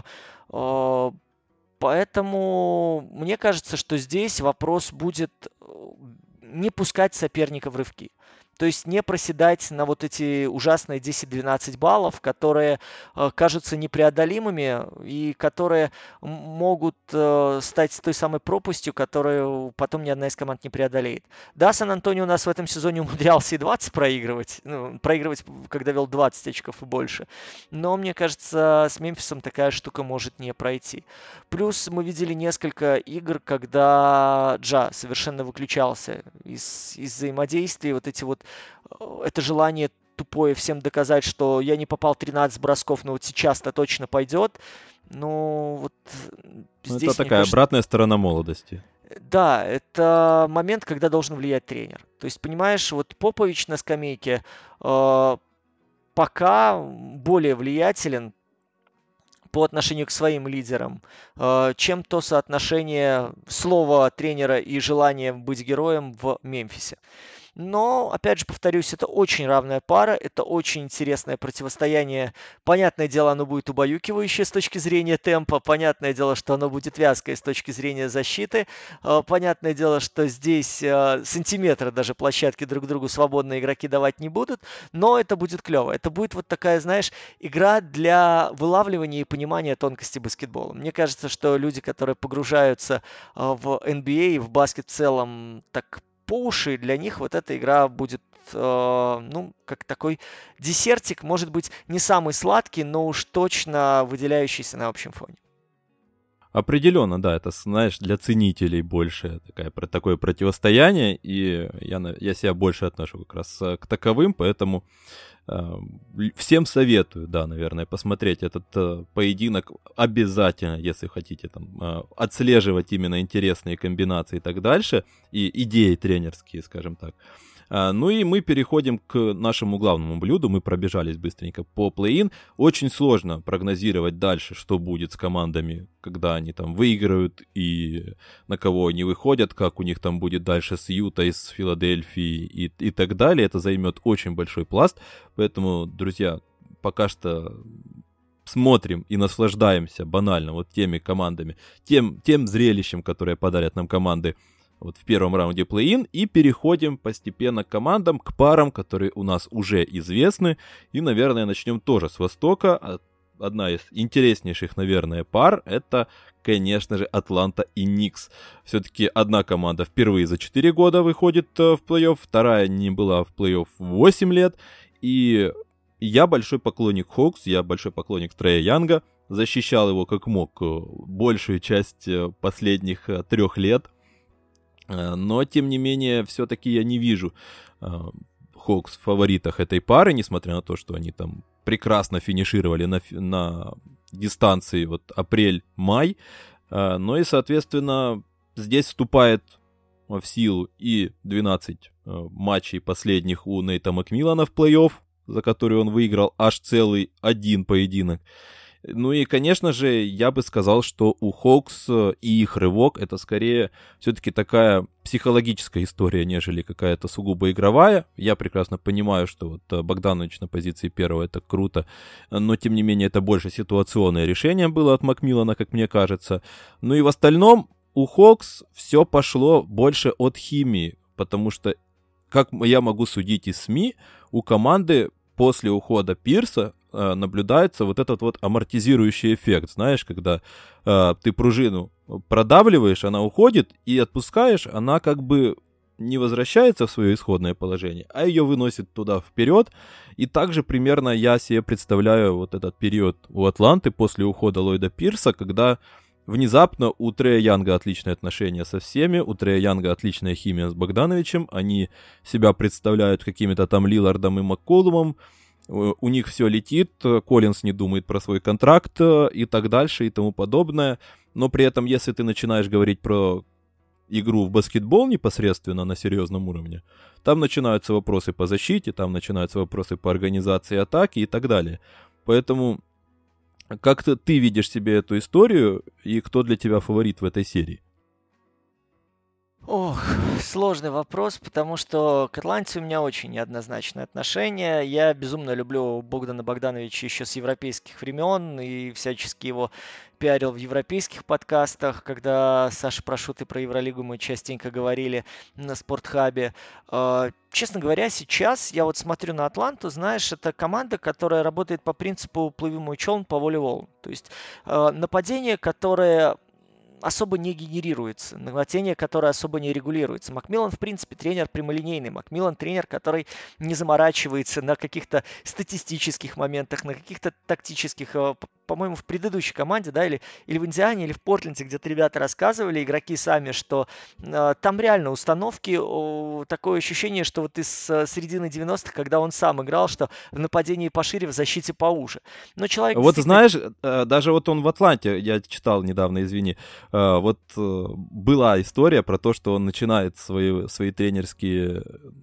Поэтому мне кажется, что здесь вопрос будет не пускать соперника в рывки. То есть не проседать на вот эти ужасные 10-12 баллов, которые кажутся непреодолимыми и которые могут стать той самой пропастью, которую потом ни одна из команд не преодолеет. Да, Сан-Антонио у нас в этом сезоне умудрялся и 20 проигрывать, когда вел 20 очков и больше. Но, мне кажется, с Мемфисом такая штука может не пройти. Плюс мы видели несколько игр, когда Джа совершенно выключался из взаимодействия, вот эти вот это желание тупое всем доказать, что я не попал 13 бросков, но вот сейчас-то точно пойдет. Ну, вот здесь, это такая обратная сторона молодости. Да, это момент, когда должен влиять тренер. То есть, понимаешь, вот Попович на скамейке пока более влиятелен по отношению к своим лидерам, чем то соотношение слова тренера и желания быть героем в Мемфисе. Но, опять же, повторюсь, это очень равная пара, это очень интересное противостояние. Понятное дело, оно будет убаюкивающее с точки зрения темпа, понятное дело, что оно будет вязкое с точки зрения защиты, понятное дело, что здесь сантиметра даже площадки друг другу свободные игроки давать не будут, но это будет клево. Это будет вот такая, знаешь, игра для вылавливания и понимания тонкости баскетбола. Мне кажется, что люди, которые погружаются в NBA и в баскет в целом так по уши, для них вот эта игра будет, ну, как такой десертик, может быть, не самый сладкий, но уж точно выделяющийся на общем фоне. Определенно, да, это, знаешь, для ценителей больше такое противостояние, и я себя больше отношу как раз к таковым, поэтому всем советую, да, наверное, посмотреть этот поединок обязательно, если хотите там отслеживать именно интересные комбинации и так дальше, и идеи тренерские, скажем так. Ну и мы переходим к нашему главному блюду. Мы пробежались быстренько по плей-ин. Очень сложно прогнозировать дальше, что будет с командами, когда они там выиграют и на кого они выходят, как у них там будет дальше с Ютой, с Филадельфией и так далее. Это займет очень большой пласт. Поэтому, друзья, пока что смотрим и наслаждаемся банально вот теми командами, тем зрелищем, которое подарят нам команды вот в первом раунде плей-ин, и переходим постепенно к командам, к парам, которые у нас уже известны. И, наверное, начнем тоже с Востока. Одна из интереснейших, наверное, пар — это, конечно же, Атланта и Никс. Все-таки одна команда впервые за 4 года выходит в плей-офф, вторая не была в плей-офф 8 лет. И я большой поклонник Хокс, я большой поклонник Трея Янга. Защищал его как мог большую часть последних 3 лет. Но, тем не менее, все-таки я не вижу Хокс в фаворитах этой пары, несмотря на то, что они там прекрасно финишировали на дистанции вот апрель-май. Но и, соответственно, здесь вступает в силу и 12 матчей последних у Нейта Макмиллана в плей-офф, за который он выиграл аж целый один поединок. Ну и, конечно же, я бы сказал, что у Хокс и их рывок — это скорее все-таки такая психологическая история, нежели какая-то сугубо игровая. Я прекрасно понимаю, что вот Богданович на позиции первого — это круто, но, тем не менее, это больше ситуационное решение было от Макмиллана, как мне кажется. Ну и в остальном у Хокс все пошло больше от химии, потому что, как я могу судить из СМИ, у команды после ухода Пирса наблюдается вот этот вот амортизирующий эффект, знаешь, когда ты пружину продавливаешь, она уходит, и отпускаешь, она как бы не возвращается в свое исходное положение, а ее выносит туда вперед. И также примерно я себе представляю вот этот период у Атланты после ухода Ллойда Пирса, когда внезапно у Трея Янга отличные отношения со всеми, у Трея Янга отличная химия с Богдановичем, они себя представляют какими-то там Лиллардом и Макколумом, у них все летит, Коллинс не думает про свой контракт и так дальше и тому подобное. Но при этом, если ты начинаешь говорить про игру в баскетбол непосредственно на серьезном уровне, там начинаются вопросы по защите, там начинаются вопросы по организации атаки и так далее. Поэтому как-то ты видишь себе эту историю, и кто для тебя фаворит в этой серии? Ох, сложный вопрос, потому что к Атланте у меня очень неоднозначное отношение. Я безумно люблю Богдана Богдановича еще с европейских времен и всячески его пиарил в европейских подкастах, когда Саша Прошут и про Евролигу мы частенько говорили на Спортхабе. Честно говоря, сейчас я вот смотрю на Атланту, знаешь, это команда, которая работает по принципу «плыви мой челн по воле волн». То есть нападение, которое особо не генерируется, нападение, которое особо не регулируется. Макмиллан, в принципе, тренер прямолинейный. Макмиллан тренер, который не заморачивается на каких-то статистических моментах, на каких-то тактических. По-моему, в предыдущей команде, да, или в Индиане, или в Портленде, где-то ребята рассказывали, игроки сами, что там реально установки, такое ощущение, что вот из середины 90-х, когда он сам играл, что в нападении пошире, в защите поуже. Но человек Вот знаешь, даже вот он в Атланте, я читал недавно, извини, вот была история про то, что он начинает свои тренерские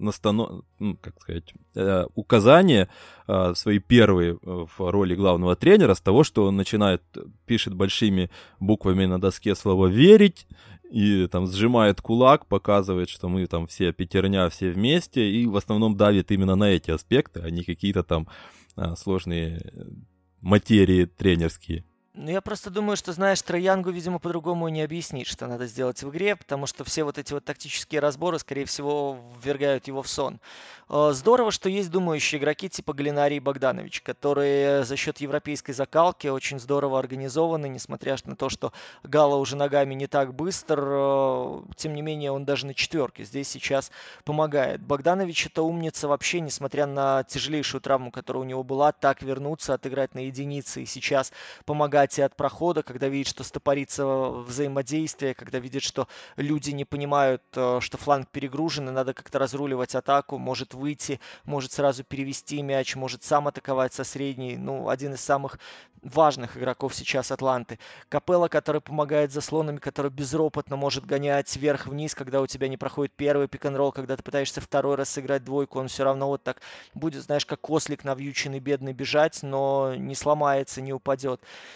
указания, свои первые в роли главного тренера, с того, что он пишет большими буквами на доске слово «верить», и там сжимает кулак, показывает, что мы там все пятерня, все вместе, и в основном давит именно на эти аспекты, а не какие-то там сложные материи тренерские. Ну, я просто думаю, что, знаешь, Трей Янгу, видимо, по-другому не объяснить, что надо сделать в игре, потому что все вот эти вот тактические разборы, скорее всего, ввергают его в сон. Здорово, что есть думающие игроки типа Галинари и Богданович, которые за счет европейской закалки очень здорово организованы, несмотря на то, что Гала уже ногами не так быстр, тем не менее он даже на четверке здесь сейчас помогает. Богданович это умница вообще, несмотря на тяжелейшую травму, которая у него была, так вернуться, отыграть на единицы и сейчас помогать и от прохода, когда видит, что стопорится взаимодействие, когда видит, что люди не понимают, что фланг перегружен, и надо как-то разруливать атаку, может выйти, может сразу перевести мяч, может сам атаковать со средней. Ну, один из самых важных игроков сейчас Атланты. Капелла, который помогает заслонами, который безропотно может гонять вверх-вниз, когда у тебя не проходит первый пик-н-ролл, когда ты пытаешься второй раз сыграть двойку, он все равно вот так будет, знаешь, как ослик навьюченный, бедный, бежать, но не сломается, не упадет.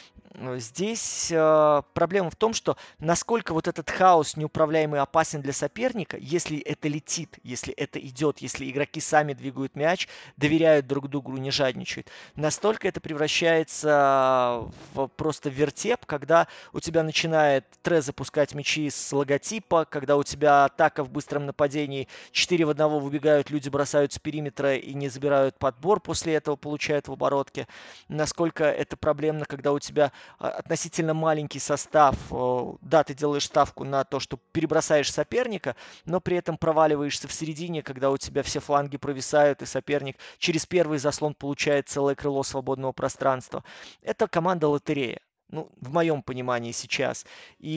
Здесь проблема в том, что насколько вот этот хаос неуправляемый опасен для соперника, если это летит, если это идет, если игроки сами двигают мяч, доверяют друг другу, не жадничают. Настолько это превращается в просто вертеп, когда у тебя начинает Тре запускать мячи с логотипа, когда у тебя атака в быстром нападении 4 в 1 выбегают, люди бросают с периметра и не забирают подбор, после этого получают в оборотке. Насколько это проблемно, когда у тебя относительно маленький состав. Да, ты делаешь ставку на то, что перебросаешь соперника, но при этом проваливаешься в середине, когда у тебя все фланги провисают, и соперник через первый заслон получает целое крыло свободного пространства. Это команда лотерея. Ну, в моем понимании сейчас.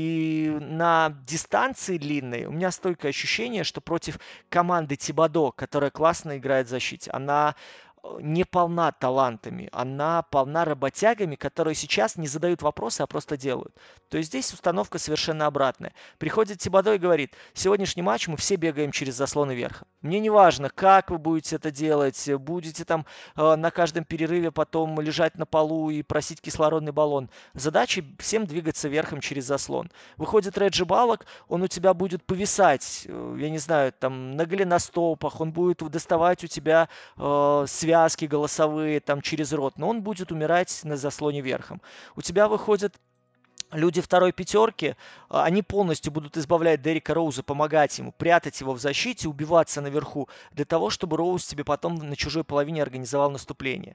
И на дистанции длинной у меня стойкое ощущение, что против команды Тибадо, которая классно играет в защите, она не полна талантами, она полна работягами, которые сейчас не задают вопросы, а просто делают. То есть здесь установка совершенно обратная. Приходит Тибадо и говорит: сегодняшний матч мы все бегаем через заслоны верха. Мне не важно, как вы будете это делать, будете там на каждом перерыве потом лежать на полу и просить кислородный баллон. Задача всем двигаться верхом через заслон. Выходит Реджи Балок, он у тебя будет повисать, я не знаю, там на голеностопах, он будет доставать у тебя связки голосовые там через рот, но он будет умирать на заслоне верхом. У тебя выходят люди второй пятерки, они полностью будут избавлять Дерека Роуза, помогать ему, прятать его в защите, убиваться наверху, для того, чтобы Роуз тебе потом на чужой половине организовал наступление.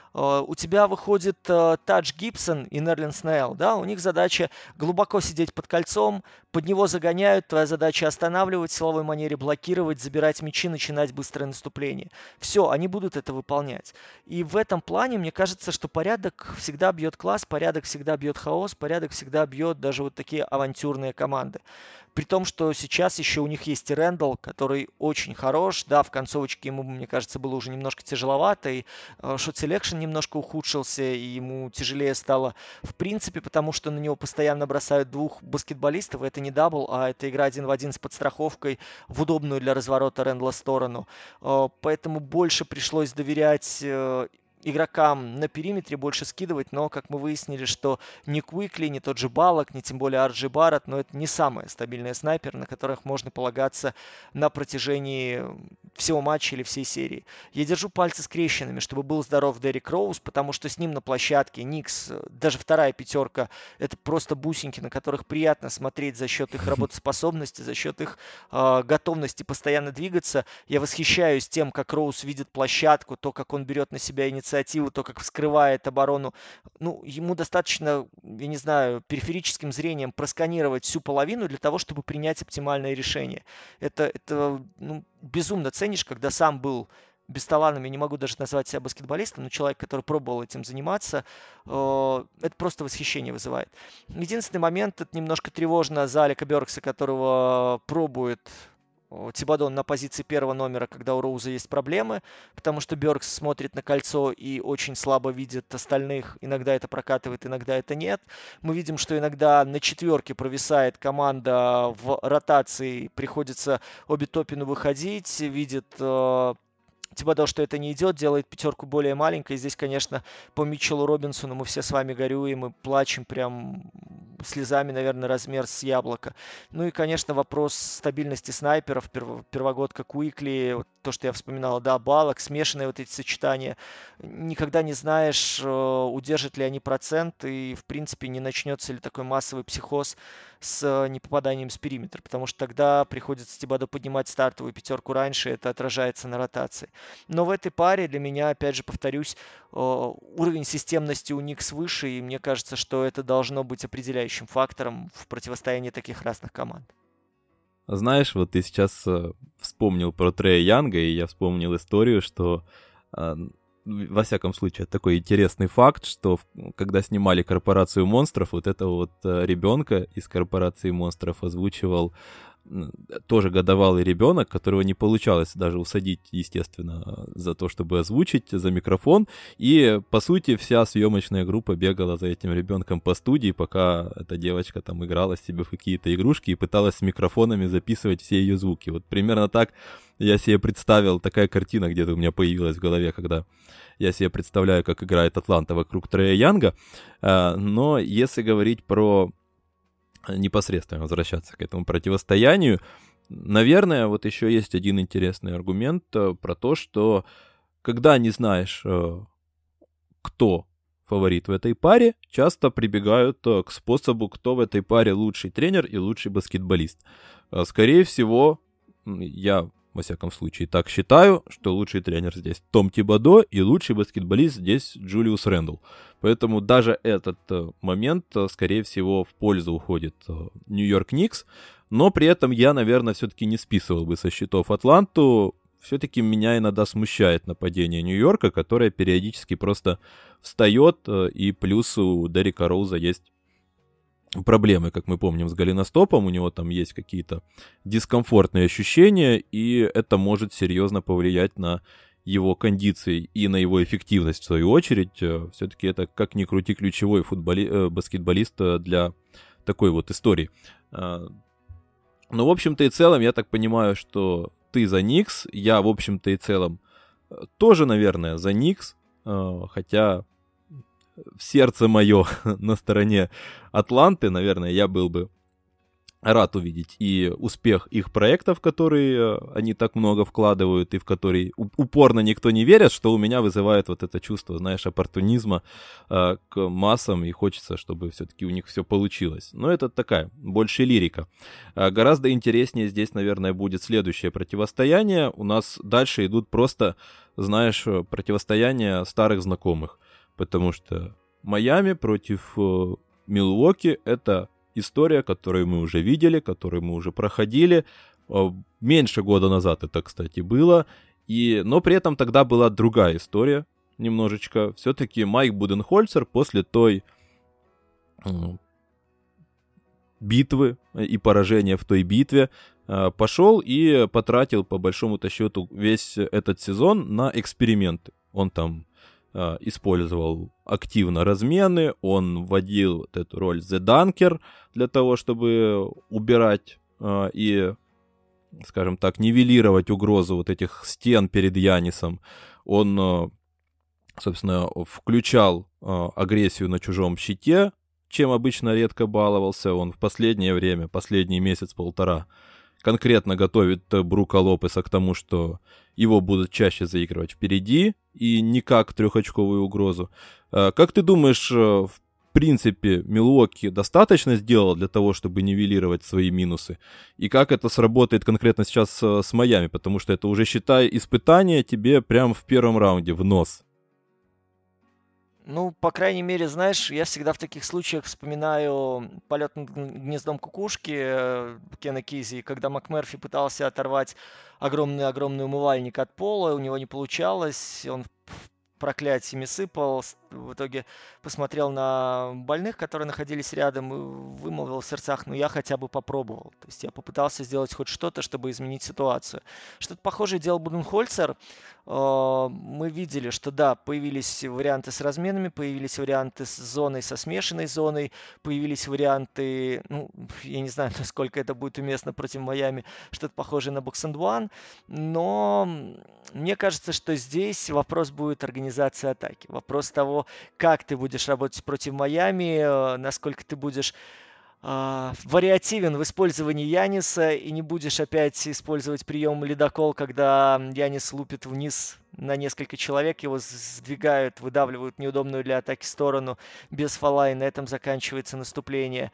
У тебя выходит Тадж Гибсон и Нерлин Снейл, да, у них задача глубоко сидеть под кольцом, под него загоняют, твоя задача останавливать в силовой манере, блокировать, забирать мячи, начинать быстрое наступление. Все, они будут это выполнять. И в этом плане, мне кажется, что порядок всегда бьет класс, порядок всегда бьет хаос, порядок всегда бьет даже вот такие авантюрные команды. При том, что сейчас еще у них есть и Рэндалл, который очень хорош. Да, в концовочке ему, мне кажется, было уже немножко тяжеловато, и шот-селекшн немножко ухудшился, и ему тяжелее стало в принципе, потому что на него постоянно бросают двух баскетболистов. Это не дабл, а это игра 1 в 1 с подстраховкой в удобную для разворота Рэндалла сторону. Поэтому больше пришлось доверять игрокам на периметре, больше скидывать, но, как мы выяснили, что ни Куикли, ни тот же Балок, ни тем более Арджи Барретт, но это не самые стабильные снайперы, на которых можно полагаться на протяжении всего матча или всей серии. Я держу пальцы скрещенными, чтобы был здоров Дерек Роуз, потому что с ним на площадке Никс, даже вторая пятерка, это просто бусинки, на которых приятно смотреть за счет их работоспособности, за счет их готовности постоянно двигаться. Я восхищаюсь тем, как Роуз видит площадку, то, как он берет на себя инициативу, то, как вскрывает оборону. Ну, ему достаточно, я не знаю, периферическим зрением просканировать всю половину для того, чтобы принять оптимальное решение. Это безумно ценишь, когда сам был бесталанным, я не могу даже назвать себя баскетболистом, но человек, который пробовал этим заниматься, это просто восхищение вызывает. Единственный момент, это немножко тревожно за Алека Бёркса, которого пробует Тибадо на позиции первого номера, когда у Роуза есть проблемы, потому что Бёркс смотрит на кольцо и очень слабо видит остальных. Иногда это прокатывает, иногда это нет. Мы видим, что иногда на четверке провисает команда в ротации, приходится обе Топину выходить, видит Тибадо, что это не идет, делает пятерку более маленькой. Здесь, конечно, по Митчеллу Робинсону мы все с вами горюем и плачем прям слезами, наверное, размер с яблоко. Ну и, конечно, вопрос стабильности снайперов, первогодка Куикли, вот то, что я вспоминал, да, Балок, смешанные вот эти сочетания. Никогда не знаешь, удержат ли они процент и, в принципе, не начнется ли такой массовый психоз с непопаданием с периметра, потому что тогда приходится Стебадо поднимать стартовую пятерку раньше, это отражается на ротации. Но в этой паре для меня, опять же, повторюсь, уровень системности у Никс выше, и мне кажется, что это должно быть определяющим фактором в противостоянии таких разных команд. Знаешь, вот ты сейчас вспомнил про Трея Янга, и я вспомнил историю, что, во всяком случае, такой интересный факт, что когда снимали «Корпорацию монстров», вот этого вот ребенка из «Корпорации монстров» озвучивал тоже годовалый ребенок, которого не получалось даже усадить, естественно, за то, чтобы озвучить, за микрофон. И, по сути, вся съемочная группа бегала за этим ребенком по студии, пока эта девочка там играла себе в какие-то игрушки и пыталась с микрофонами записывать все ее звуки. Вот примерно так я себе представил, такая картина где-то у меня появилась в голове, когда я себе представляю, как играет Атланта вокруг Трея Янга. Но если говорить про непосредственно возвращаться к этому противостоянию, наверное, вот еще есть один интересный аргумент про то, что когда не знаешь, кто фаворит в этой паре, часто прибегают к способу, кто в этой паре лучший тренер и лучший баскетболист. Скорее всего, я, во всяком случае, так считаю, что лучший тренер здесь Том Тибодо и лучший баскетболист здесь Джулиус Рэндл. Поэтому даже этот момент, скорее всего, в пользу уходит Нью-Йорк Никс. Но при этом я, наверное, все-таки не списывал бы со счетов Атланту. Все-таки меня иногда смущает нападение Нью-Йорка, которое периодически просто встает. И плюс у Деррика Роуза есть проблемы, как мы помним, с голеностопом. У него там есть какие-то дискомфортные ощущения, и это может серьезно повлиять на его кондиции и на его эффективность, в свою очередь. Все-таки это, как ни крути, ключевой баскетболист для такой вот истории. Но, в общем-то и целом, я так понимаю, что ты за Никс, я, в общем-то и целом, тоже, наверное, за Никс, хотя в сердце мое на стороне Атланты, наверное, я был бы рад увидеть и успех их проектов, которые они так много вкладывают и в которые упорно никто не верит, что у меня вызывает вот это чувство, знаешь, оппортунизма к массам, и хочется, чтобы все-таки у них все получилось. Но это такая, больше лирика. Гораздо интереснее здесь, наверное, будет следующее противостояние. У нас дальше идут просто, знаешь, противостояния старых знакомых, потому что Майами против Милуоки — это история, которую мы уже видели, которую мы уже проходили. Меньше года назад это, кстати, было. Но при этом тогда была другая история немножечко. Все-таки Майк Буденхольцер после той битвы и поражения в той битве пошел и потратил, по большому-то счету, весь этот сезон на эксперименты. Он там использовал активно размены, он вводил вот эту роль The Dunker для того, чтобы убирать и, скажем так, нивелировать угрозу вот этих стен перед Янисом. Он, собственно, включал агрессию на чужом щите, чем обычно редко баловался. Он в последнее время, последний месяц-полтора, конкретно готовит Брука Лопеса к тому, что его будут чаще заигрывать впереди и не как трехочковую угрозу. Как ты думаешь, в принципе, Милуоки достаточно сделал для того, чтобы нивелировать свои минусы? И как это сработает конкретно сейчас с Майами? Потому что это уже, считай, испытание тебе прямо в первом раунде в нос. Ну, по крайней мере, знаешь, я всегда в таких случаях вспоминаю «Полет над гнездом кукушки» Кена Кизи, когда МакМерфи пытался оторвать огромный умывальник от пола, у него не получалось, он проклятиями сыпал, в итоге посмотрел на больных, которые находились рядом, и вымолвил в сердцах: ну я хотя бы попробовал. То есть я попытался сделать хоть что-то, чтобы изменить ситуацию. Что-то похожее делал Буденхольцер. Мы видели, что да, появились варианты с разменами, появились варианты с зоной, со смешанной зоной, появились варианты, ну, я не знаю, насколько это будет уместно против Майами, что-то похожее на Box and One, но мне кажется, что здесь вопрос будет организации атаки. Вопрос того, как ты будешь работать против Майами, насколько ты будешь вариативен в использовании Яниса, и не будешь опять использовать прием ледокол, когда Янис лупит вниз на несколько человек, его сдвигают, выдавливают в неудобную для атаки сторону без фола, и на этом заканчивается наступление.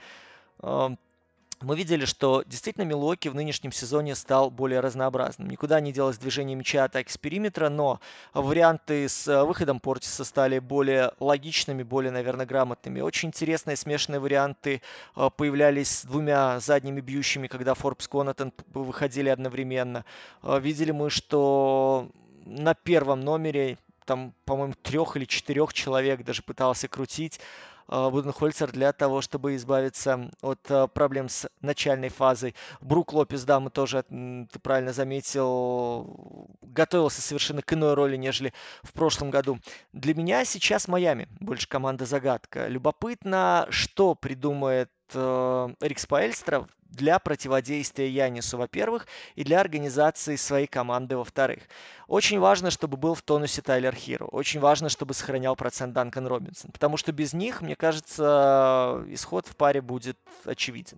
Мы видели, что действительно Милуоки в нынешнем сезоне стал более разнообразным. Никуда не делось движение мяча, атаки с периметра, но варианты с выходом Портиса стали более логичными, более, наверное, грамотными. Очень интересные смешанные варианты появлялись с двумя задними бьющими, когда Форбс, Конатон выходили одновременно. Видели мы, что на первом номере там, по-моему, 3 или 4 человек даже пытался крутить Буденхольцер для того, чтобы избавиться от проблем с начальной фазой. Брук Лопес, да, мы тоже, ты правильно заметил, готовился совершенно к иной роли, нежели в прошлом году. Для меня сейчас Майами больше команда-загадка. Любопытно, что придумает Рик Споэльстра для противодействия Янису, во-первых, и для организации своей команды, во-вторых. Очень важно, чтобы был в тонусе Тайлер Хиро. Очень важно, чтобы сохранял процент Данкан Робинсон. Потому что без них, мне кажется, исход в паре будет очевиден.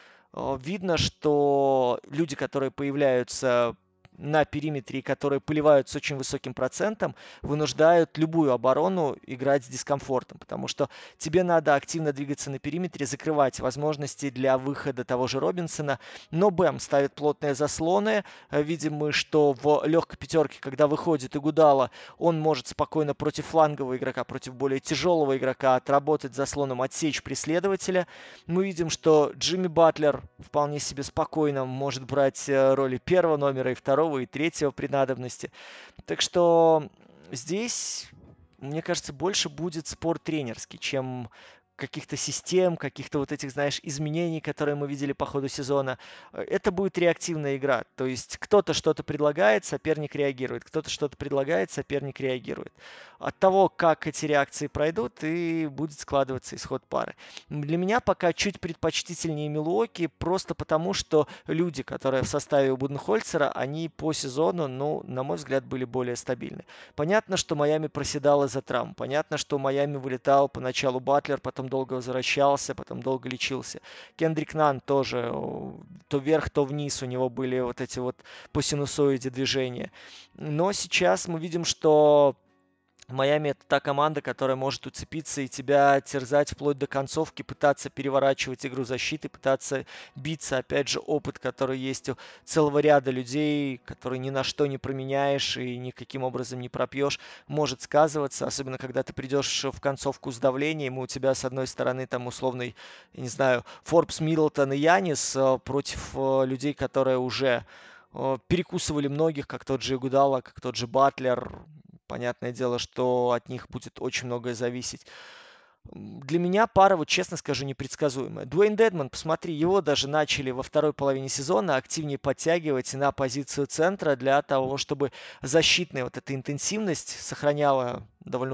Видно, что люди, которые появляются на периметре, которые поливают с очень высоким процентом, вынуждают любую оборону играть с дискомфортом, потому что тебе надо активно двигаться на периметре, закрывать возможности для выхода того же Робинсона, но Бэм ставит плотные заслоны. Видим мы, что в легкой пятерке, когда выходит Игудала, он может спокойно против флангового игрока, против более тяжелого игрока отработать заслоном, отсечь преследователя. Мы видим, что Джимми Батлер вполне себе спокойно может брать роли первого номера и второго, и третьего при надобности. Так что здесь, мне кажется, больше будет спор тренерский, чем каких-то систем, каких-то вот этих, знаешь, изменений, которые мы видели по ходу сезона. Это будет реактивная игра. То есть кто-то что-то предлагает, соперник реагирует. Кто-то что-то предлагает, соперник реагирует. От того, как эти реакции пройдут, и будет складываться исход пары. Для меня пока чуть предпочтительнее Милуоки, просто потому, что люди, которые в составе у Буденхольцера, они по сезону, ну, на мой взгляд, были более стабильны. Понятно, что Майами проседал из-за травм. Понятно, что Майами вылетал поначалу Батлер, потом долго возвращался, потом долго лечился. Кендрик Нан тоже то вверх, то вниз у него были вот эти вот по синусоиде движения. Но сейчас мы видим, что Майами это та команда, которая может уцепиться и тебя терзать вплоть до концовки, пытаться переворачивать игру защиты, пытаться биться. Опять же, опыт, который есть у целого ряда людей, который ни на что не променяешь и никаким образом не пропьешь, может сказываться. Особенно, когда ты придешь в концовку с давлением, и у тебя с одной стороны там условный, я не знаю, Форбс, Миддлтон и Янис против людей, которые уже перекусывали многих, как тот же Игудала, как тот же Батлер. Понятное дело, что от них будет очень многое зависеть. Для меня пара, вот честно скажу, непредсказуемая. Дуэйн Дедмон, посмотри, его даже начали во второй половине сезона активнее подтягивать на позицию центра для того, чтобы защитная вот эта интенсивность сохранялась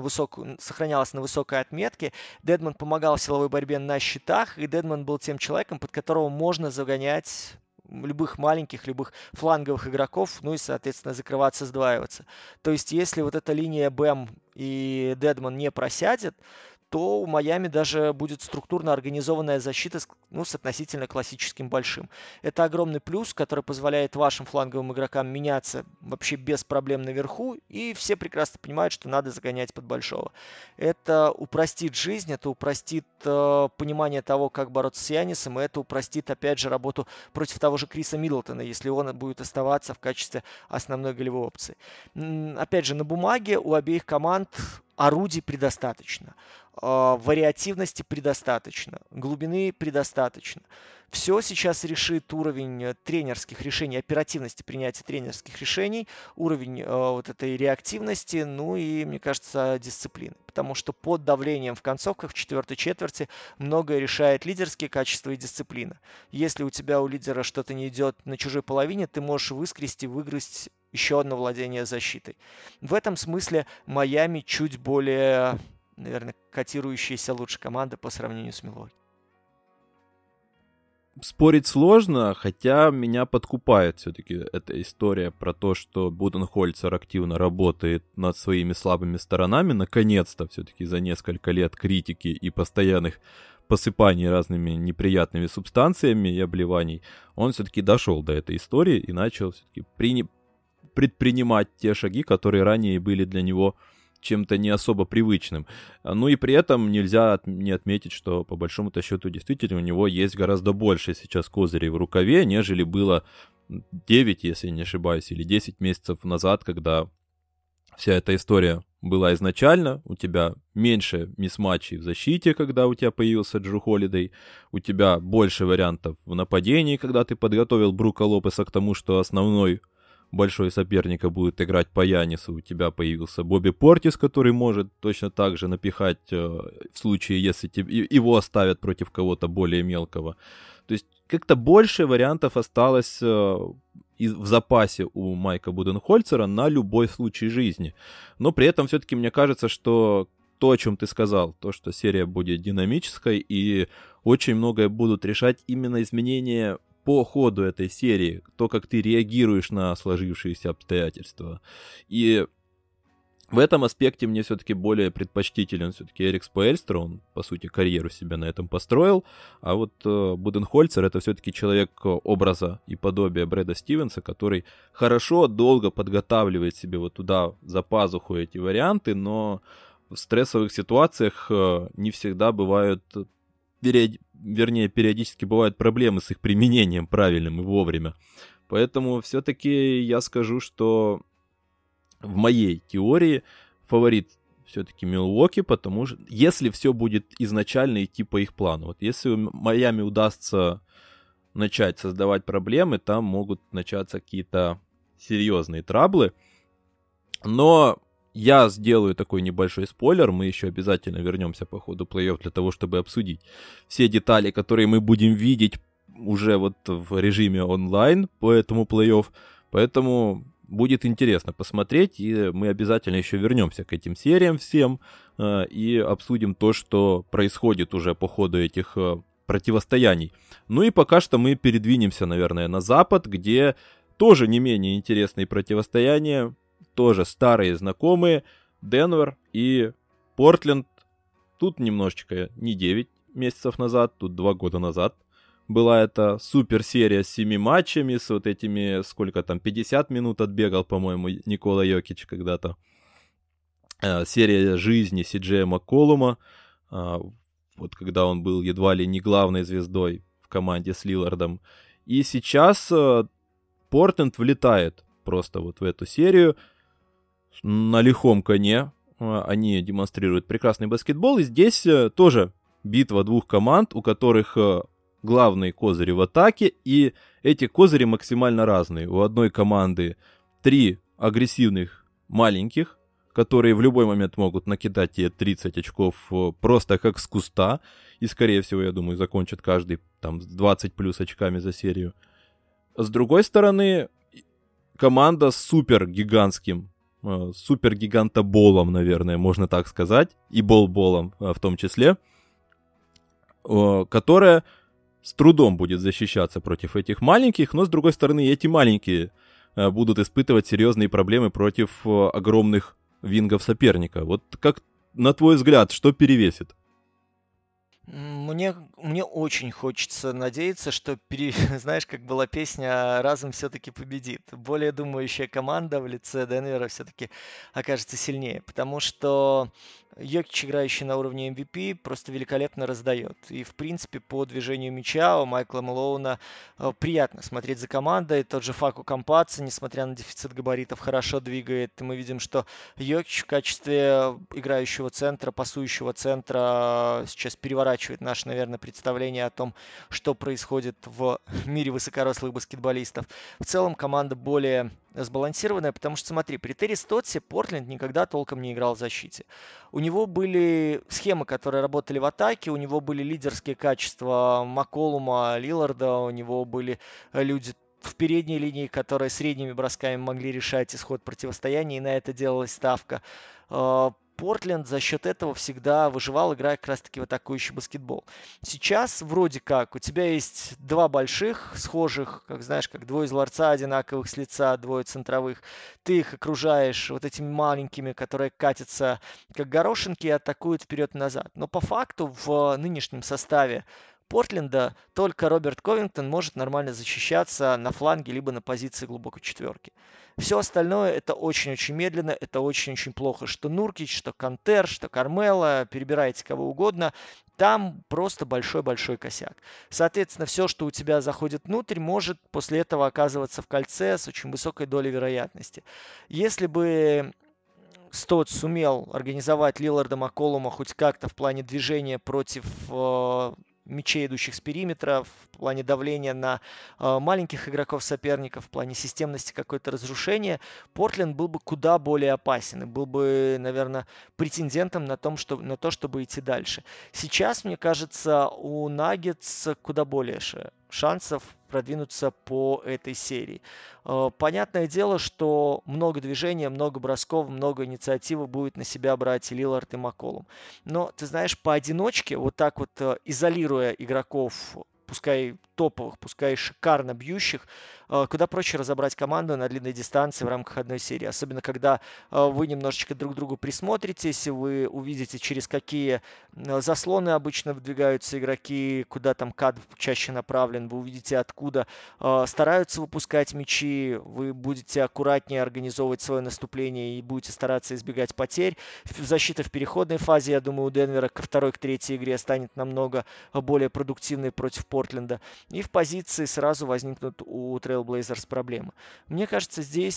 на высокой отметке. Дедмон помогал в силовой борьбе на щитах, и Дедмон был тем человеком, под которого можно загонять любых маленьких, любых фланговых игроков, ну и, соответственно, закрываться, сдваиваться. То есть, если вот эта линия Бэм и Дедмон не просядет, то у Майами даже будет структурно организованная защита с относительно классическим большим. Это огромный плюс, который позволяет вашим фланговым игрокам меняться вообще без проблем наверху, и все прекрасно понимают, что надо загонять под большого. Это упростит жизнь, это упростит понимание того, как бороться с Янисом, и это упростит, опять же, работу против того же Криса Миддлтона, если он будет оставаться в качестве основной голевой опции. Опять же, на бумаге у обеих команд орудий предостаточно, вариативности предостаточно, глубины предостаточно. Все сейчас решит уровень тренерских решений, оперативности принятия тренерских решений, уровень вот этой реактивности, ну и, мне кажется, дисциплины. Потому что под давлением в концовках, в четвертой четверти, многое решает лидерские качества и дисциплина. Если у тебя у лидера что-то не идет на чужой половине, ты можешь выгрызть еще одно владение защитой. В этом смысле Майами чуть более, наверное, котирующаяся лучше команда по сравнению с Милуоки. Спорить сложно, хотя меня подкупает все-таки эта история про то, что Буденхольцер активно работает над своими слабыми сторонами, наконец-то все-таки за несколько лет критики и постоянных посыпании разными неприятными субстанциями и обливаний, он все-таки дошел до этой истории и начал все-таки предпринимать те шаги, которые ранее были для него чем-то не особо привычным. Ну и при этом нельзя не отметить, что по большому-то счету действительно у него есть гораздо больше сейчас козырей в рукаве, нежели было 9, если не ошибаюсь, или 10 месяцев назад, когда вся эта история была изначально. У тебя меньше мисс-матчей в защите, когда у тебя появился Джру Холидей, у тебя больше вариантов в нападении, когда ты подготовил Брука Лопеса к тому, что основной большой соперника будет играть по Янису, у тебя появился Бобби Портис, который может точно так же напихать в случае, если его оставят против кого-то более мелкого. То есть как-то больше вариантов осталось в запасе у Майка Буденхольцера на любой случай жизни. Но при этом все-таки мне кажется, что то, о чем ты сказал, то, что серия будет динамической и очень многое будут решать именно изменения по ходу этой серии, то, как ты реагируешь на сложившиеся обстоятельства. И в этом аспекте мне все-таки более предпочтителен все-таки Эрик Споэльстра, он, по сути, карьеру себя на этом построил, а вот Буденхольцер — это все-таки человек образа и подобия Брэда Стивенса, который хорошо, долго подготавливает себе вот туда за пазуху эти варианты, но в стрессовых ситуациях не всегда бывают, периодически бывают проблемы с их применением правильным и вовремя. Поэтому все-таки я скажу, что в моей теории фаворит все-таки Милуоки, потому что если все будет изначально идти по их плану, вот если Майами удастся начать создавать проблемы, там могут начаться какие-то серьезные траблы. Но я сделаю такой небольшой спойлер, мы еще обязательно вернемся по ходу плей-офф для того, чтобы обсудить все детали, которые мы будем видеть уже вот в режиме онлайн по этому плей-офф, поэтому будет интересно посмотреть, и мы обязательно еще вернемся к этим сериям всем и обсудим то, что происходит уже по ходу этих противостояний. Ну и пока что мы передвинемся, наверное, на запад, где тоже не менее интересные противостояния, тоже старые знакомые, Денвер и Портленд. Тут немножечко не 9 месяцев назад, тут 2 года назад была эта суперсерия с 7 матчами, с вот этими, сколько там, 50 минут отбегал, по-моему, Никола Йокич когда-то. Серия жизни Си-Джея Макколума, вот когда он был едва ли не главной звездой в команде с Лиллардом. И сейчас Портленд влетает просто вот в эту серию на лихом коне. Они демонстрируют прекрасный баскетбол. И здесь тоже битва двух команд, у которых главные козыри в атаке, и эти козыри максимально разные. У одной команды 3 агрессивных маленьких, которые в любой момент могут накидать тебе 30 очков просто как с куста, и, скорее всего, я думаю, закончат каждый там с 20 плюс очками за серию. С другой стороны, команда с супергигантским, супергигантоболом, наверное, можно так сказать, и болболом в том числе, которая с трудом будет защищаться против этих маленьких, но, с другой стороны, эти маленькие будут испытывать серьезные проблемы против огромных вингов соперника. Вот как, на твой взгляд, что перевесит? Мне очень хочется надеяться, что, знаешь, как была песня «Разум все-таки победит». Более думающая команда в лице Денвера все-таки окажется сильнее, потому что Йокич, играющий на уровне MVP, просто великолепно раздает. И, в принципе, по движению мяча у Майкла Мэлоуна приятно смотреть за командой. Тот же Факу Кампаццо, несмотря на дефицит габаритов, хорошо двигает. И мы видим, что Йокич в качестве играющего центра, пасующего центра сейчас переворачивает наше, наверное, представление о том, что происходит в мире высокорослых баскетболистов. В целом команда более сбалансированная, потому что, смотри, при Терри Стотсе Портленд никогда толком не играл в защите. У него были схемы, которые работали в атаке, у него были лидерские качества Макколума, Лилларда, у него были люди в передней линии, которые средними бросками могли решать исход противостояния, и на это делалась ставка. Портленд за счет этого всегда выживал, играя как раз-таки в атакующий баскетбол. Сейчас вроде как у тебя есть два больших, схожих, как знаешь, как двое из ларца, одинаковых с лица, двое центровых. Ты их окружаешь вот этими маленькими, которые катятся как горошинки и атакуют вперед и назад. Но по факту в нынешнем составе Портленда только Роберт Ковингтон может нормально защищаться на фланге либо на позиции глубокой четверки. Все остальное это очень-очень медленно, это очень-очень плохо. Что Нуркич, что Кантер, что Кармело, перебирайте кого угодно. Там просто большой-большой косяк. Соответственно, все, что у тебя заходит внутрь, может после этого оказываться в кольце с очень высокой долей вероятности. Если бы Стот сумел организовать Лилларда Макколума хоть как-то в плане движения против мячей, идущих с периметра, в плане давления на маленьких игроков соперников, в плане системности какое-то разрушение, Портленд был бы куда более опасен и был бы, наверное, претендентом на то, чтобы идти дальше. Сейчас, мне кажется, у Наггетс куда более шансов продвинуться по этой серии. Понятное дело, что много движения, много бросков, много инициативы будет на себя брать и Лиллард, и Макколум. Но, ты знаешь, поодиночке, вот так вот изолируя игроков, пускай топовых, пускай шикарно бьющих, куда проще разобрать команду на длинной дистанции в рамках одной серии. Особенно, когда вы немножечко друг к другу присмотритесь, вы увидите, через какие заслоны обычно выдвигаются игроки, куда там кат чаще направлен, вы увидите, откуда стараются выпускать мячи, вы будете аккуратнее организовывать свое наступление и будете стараться избегать потерь. Защита в переходной фазе, я думаю, у Денвера ко второй, к третьей игре станет намного более продуктивной против Портленда. И в позиции сразу возникнут у Trail Blazers проблемы. Мне кажется, здесь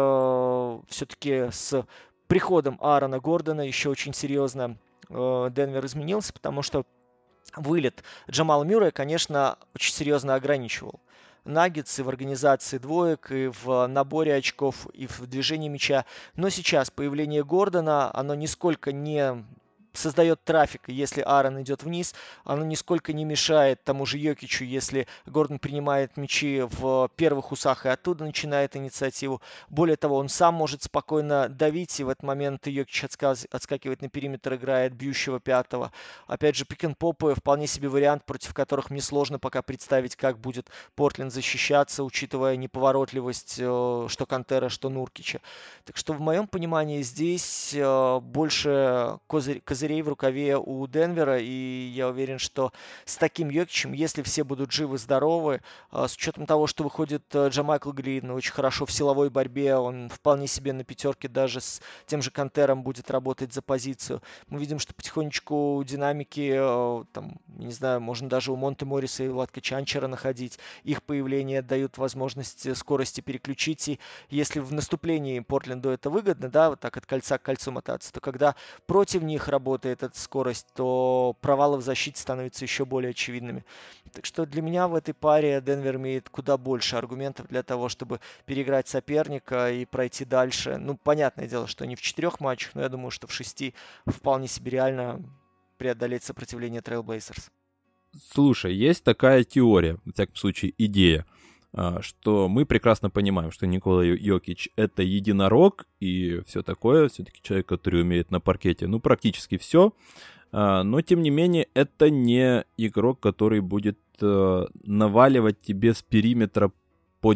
все-таки с приходом Аарона Гордона еще очень серьезно Денвер изменился, потому что вылет Джамала Мюррея, конечно, очень серьезно ограничивал Наггетсы в организации двоек, и в наборе очков, и в движении мяча. Но сейчас появление Гордона, оно нисколько не создает трафик, если Аарон идет вниз, оно нисколько не мешает тому же Йокичу, если Гордон принимает мячи в первых усах и оттуда начинает инициативу. Более того, он сам может спокойно давить, и в этот момент Йокич отскакивает на периметр, играет бьющего пятого. Опять же, пик-н-попы вполне себе вариант, против которых мне сложно пока представить, как будет Портленд защищаться, учитывая неповоротливость что Кантера, что Нуркича. Так что в моем понимании здесь больше козырей в рукаве у Денвера, и я уверен, что с таким Йокичем, если все будут живы-здоровы, с учетом того, что выходит Джамайкл Грин очень хорошо в силовой борьбе, он вполне себе на пятерке даже с тем же Кантером будет работать за позицию. Мы видим, что потихонечку динамики, там, не знаю, можно даже у Монте Морриса и Владка Чанчера находить. Их появление дают возможность скорости переключить, и если в наступлении Портленду это выгодно, да, вот так от кольца к кольцу мотаться, то когда против них работает эта скорость, то провалы в защите становятся еще более очевидными. Так что для меня в этой паре Денвер имеет куда больше аргументов для того, чтобы переиграть соперника и пройти дальше. Ну, понятное дело, что не в 4 матчах, но я думаю, что в 6 вполне себе реально преодолеть сопротивление Trail Blazers. Слушай, есть такая теория, в всяком случае идея, что мы прекрасно понимаем, что Никола Йокич — это единорог и все такое, все-таки человек, который умеет на паркете, ну, практически все, но, тем не менее, это не игрок, который будет наваливать тебе с периметра по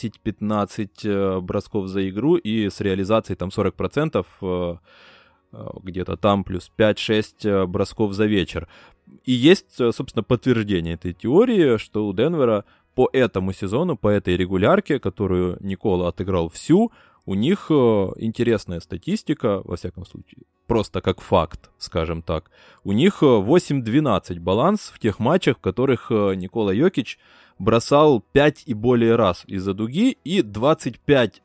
10-15 бросков за игру и с реализацией там 40%, где-то там плюс 5-6 бросков за вечер. И есть, собственно, подтверждение этой теории, что у Денвера по этому сезону, по этой регулярке, которую Никола отыграл всю, у них интересная статистика, во всяком случае, просто как факт, скажем так. У них 8-12 баланс в тех матчах, в которых Никола Йокич бросал 5 и более раз из-за дуги, и 25-4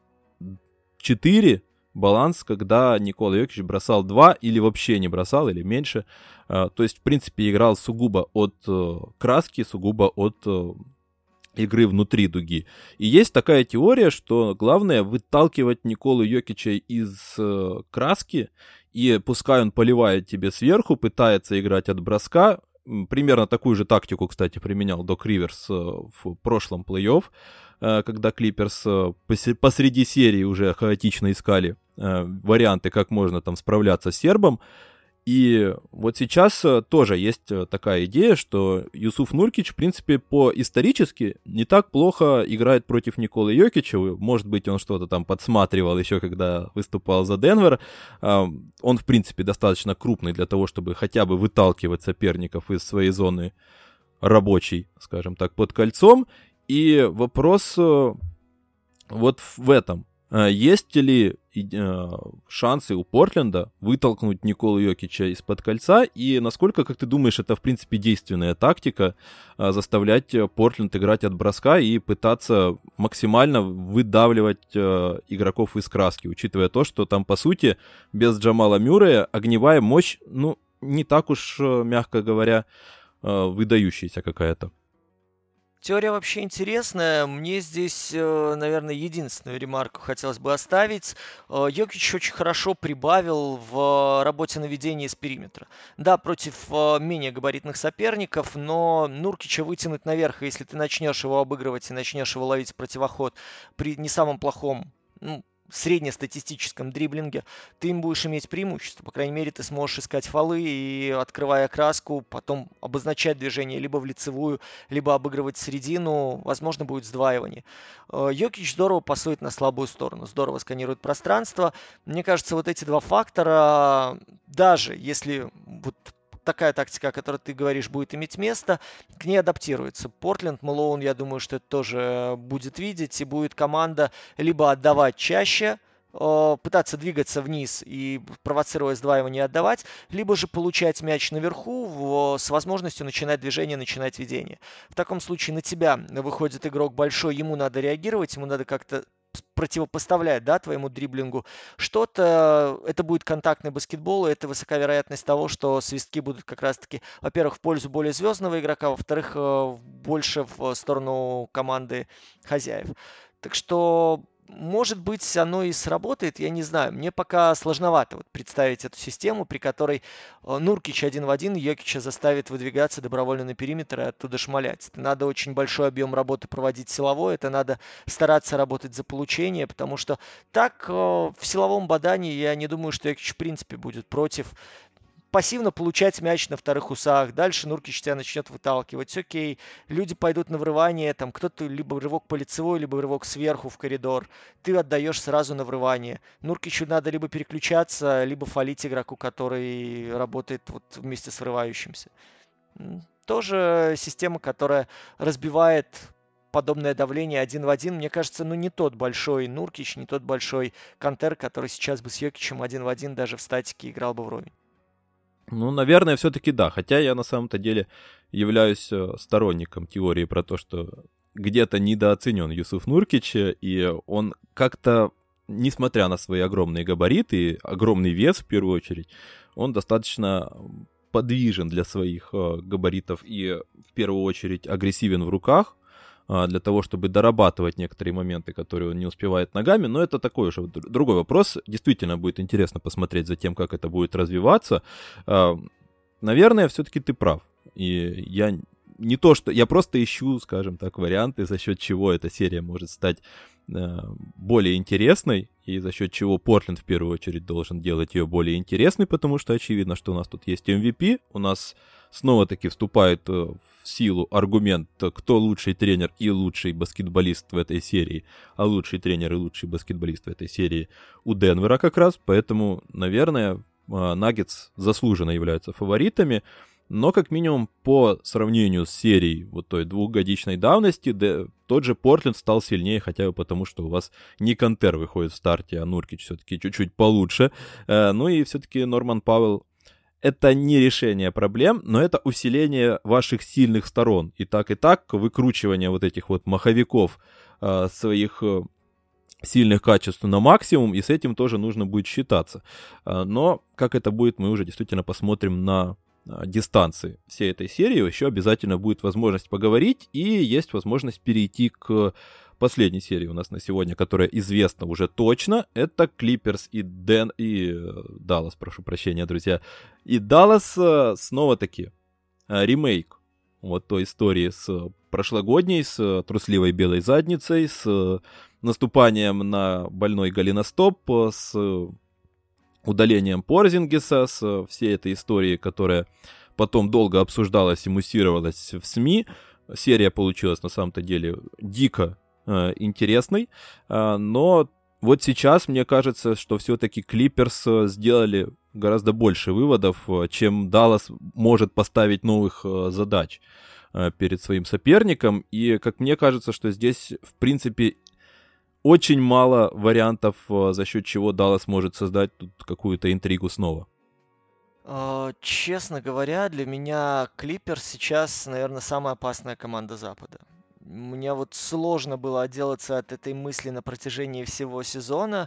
баланс, когда Никола Йокич бросал 2 или вообще не бросал, или меньше. То есть, в принципе, играл сугубо от краски, сугубо от игры внутри дуги. И есть такая теория, что главное выталкивать Николу Йокича из краски, и пускай он поливает тебе сверху, пытается играть от броска, Примерно такую же тактику, кстати, применял Док Риверс в прошлом плей-офф, когда Клиперс посреди серии уже хаотично искали варианты, как можно там справляться с сербом. И вот сейчас тоже есть такая идея, что Юсуф Нуркич, в принципе, исторически не так плохо играет против Николы Йокича. Может быть, он что-то там подсматривал еще, когда выступал за Денвер. Он, в принципе, достаточно крупный для того, чтобы хотя бы выталкивать соперников из своей зоны рабочей, скажем так, под кольцом. И вопрос вот в этом. Есть ли шансы у Портленда вытолкнуть Николу Йокича из-под кольца? И насколько, как ты думаешь, это, в принципе, действенная тактика заставлять Портленд играть от броска и пытаться максимально выдавливать игроков из краски, учитывая то, что там, по сути, без Джамала Мюррея огневая мощь, ну, не так уж, мягко говоря, выдающаяся какая-то. Теория вообще интересная. Мне здесь, наверное, единственную ремарку хотелось бы оставить. Йокич очень хорошо прибавил в работе наведения из периметра. Да, против менее габаритных соперников, но Нуркича вытянуть наверх, и если ты начнешь его обыгрывать и начнешь его ловить в противоход при не самом плохом, среднестатистическом дриблинге, ты им будешь иметь преимущество. По крайней мере, ты сможешь искать фолы и, открывая краску, потом обозначать движение либо в лицевую, либо обыгрывать середину. Возможно, будет сдваивание. Йокич здорово пасует на слабую сторону, здорово сканирует пространство. Мне кажется, вот эти два фактора, даже если вот такая тактика, о которой ты говоришь, будет иметь место, к ней адаптируется. Портленд, Мэлоун, я думаю, что это тоже будет видеть, и будет команда либо отдавать чаще, пытаться двигаться вниз и провоцируя сдваивание отдавать, либо же получать мяч наверху с возможностью начинать движение, начинать ведение. В таком случае на тебя выходит игрок большой, ему надо реагировать, ему надо как-то противопоставлять, да, твоему дриблингу что-то, это будет контактный баскетбол, и это высока вероятность того, что свистки будут как раз-таки, во-первых, в пользу более звездного игрока, во-вторых, больше в сторону команды хозяев. Так что, может быть, оно и сработает, я не знаю. Мне пока сложновато вот представить эту систему, при которой Нуркич один в один Йокича заставит выдвигаться добровольно на периметр и оттуда шмалять. Это надо очень большой объем работы проводить силовой, это надо стараться работать за получение, потому что так в силовом бадании я не думаю, что Йокич в принципе будет против. Пассивно получать мяч на вторых усах. Дальше Нуркич тебя начнет выталкивать. Окей, люди пойдут на врывание. Там кто-то либо рывок по лицевой, либо рывок сверху в коридор. Ты отдаешь сразу на врывание. Нуркичу надо либо переключаться, либо фалить игроку, который работает вот вместе с врывающимся. Тоже система, которая разбивает подобное давление один в один. Мне кажется, не тот большой Нуркич, не тот большой Кантер, который сейчас бы с Йокичем один в один даже в статике играл бы вровень. Ну, наверное, все-таки да. Хотя я на самом-то деле являюсь сторонником теории про то, что где-то недооценен Юсуф Нуркич, и он как-то, несмотря на свои огромные габариты, огромный вес в первую очередь, он достаточно подвижен для своих габаритов и в первую очередь агрессивен в руках, для того, чтобы дорабатывать некоторые моменты, которые он не успевает ногами, но это такой уже другой вопрос. Действительно будет интересно посмотреть за тем, как это будет развиваться. Наверное, все-таки ты прав. И я не то, что... Я просто ищу, скажем так, варианты, за счет чего эта серия может стать более интересной, и за счет чего Портленд в первую очередь должен делать ее более интересной, потому что очевидно, что у нас тут есть MVP, у нас снова-таки вступает в силу аргумент, кто лучший тренер и лучший баскетболист в этой серии, а лучший тренер и лучший баскетболист в этой серии у Денвера как раз, поэтому, наверное, Наггетс заслуженно являются фаворитами, но как минимум по сравнению с серией вот той двухгодичной давности, тот же Портленд стал сильнее, хотя бы потому, что у вас не Кантер выходит в старте, а Нуркич все-таки чуть-чуть получше, ну и все-таки Норман Пауэлл. Это не решение проблем, но это усиление ваших сильных сторон. И так, выкручивание вот этих вот маховиков своих сильных качеств на максимум, и с этим тоже нужно будет считаться. Но как это будет, мы уже действительно посмотрим на дистанции всей этой серии. Еще обязательно будет возможность поговорить, и есть возможность перейти к последней серии у нас на сегодня, которая известна уже точно. Это Клиперс и Даллас, прошу прощения, друзья. И Даллас снова-таки ремейк вот той истории с прошлогодней, с трусливой белой задницей, с наступанием на больной голеностоп, с удалением Порзингиса, с всей этой историей, которая потом долго обсуждалась и муссировалась в СМИ. Серия получилась на самом-то деле дико интересной, но вот сейчас мне кажется, что все-таки Клиперс сделали гораздо больше выводов, чем Даллас может поставить новых задач перед своим соперником. И, как мне кажется, что здесь, в принципе, очень мало вариантов, за счет чего Даллас может создать тут какую-то интригу снова. Честно говоря, для меня Клиперс сейчас, наверное, самая опасная команда Запада. Мне вот сложно было отделаться от этой мысли на протяжении всего сезона,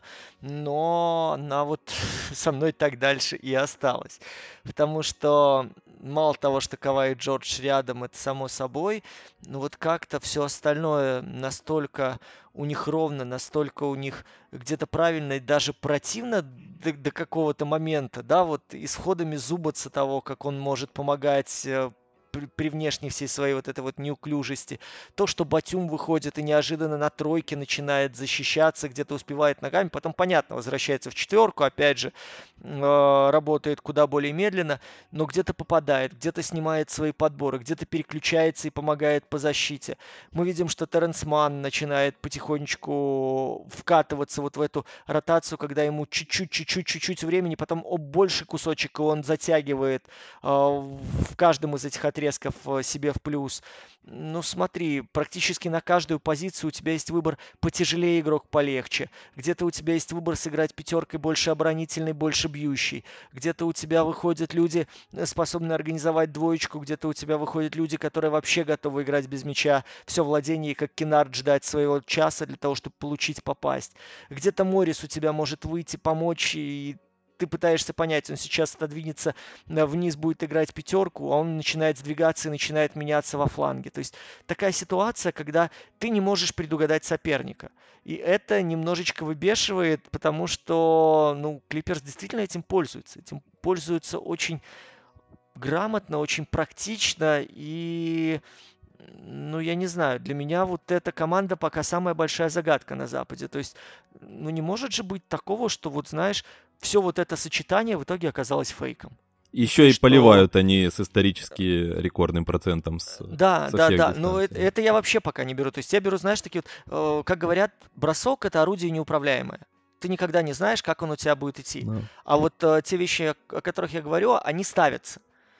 но она вот со мной так дальше и осталась. Потому что мало того, что Кавай и Джордж рядом, это само собой, но вот как-то все остальное настолько у них ровно, настолько у них где-то правильно и даже противно до какого-то момента, да, вот исходами Зубаца того, как он может помогать при внешней всей своей вот этой вот неуклюжести. То, что Батюм выходит и неожиданно на тройке начинает защищаться, где-то успевает ногами, потом, понятно, возвращается в четверку, опять же, работает куда более медленно, но где-то попадает, где-то снимает свои подборы, где-то переключается и помогает по защите. Мы видим, что Терренс Манн начинает потихонечку вкатываться вот в эту ротацию, когда ему чуть-чуть времени, потом больше кусочек, и он затягивает в каждом из этих отрезков себе в плюс. Ну, смотри, практически на каждую позицию у тебя есть выбор потяжелее, игрок полегче. Где-то у тебя есть выбор сыграть пятеркой больше оборонительной, больше бьющей. Где-то у тебя выходят люди, способные организовать двоечку. Где-то у тебя выходят люди, которые вообще готовы играть без мяча. Все владение, как Кеннард, ждать своего часа для того, чтобы получить, попасть. Где-то Моррис у тебя может выйти, помочь, и ты пытаешься понять, он сейчас отодвинется вниз, будет играть пятерку, а он начинает сдвигаться и начинает меняться во фланге. То есть такая ситуация, когда ты не можешь предугадать соперника. И это немножечко выбешивает, потому что, ну, Клиперс действительно этим пользуются. Этим пользуются очень грамотно, очень практично и... Ну, я не знаю, для меня вот эта команда пока самая большая загадка на Западе. То есть, ну, не может же быть такого, что вот, знаешь, все вот это сочетание в итоге оказалось фейком. Еще и поливают они с исторически рекордным процентом со Да, всех но дистанций. это я вообще пока не беру. То есть я беру, знаешь, такие вот, как говорят, бросок — это орудие неуправляемое. Ты никогда не знаешь, как он у тебя будет идти. Да. А вот те вещи, о которых я говорю, они ставятся.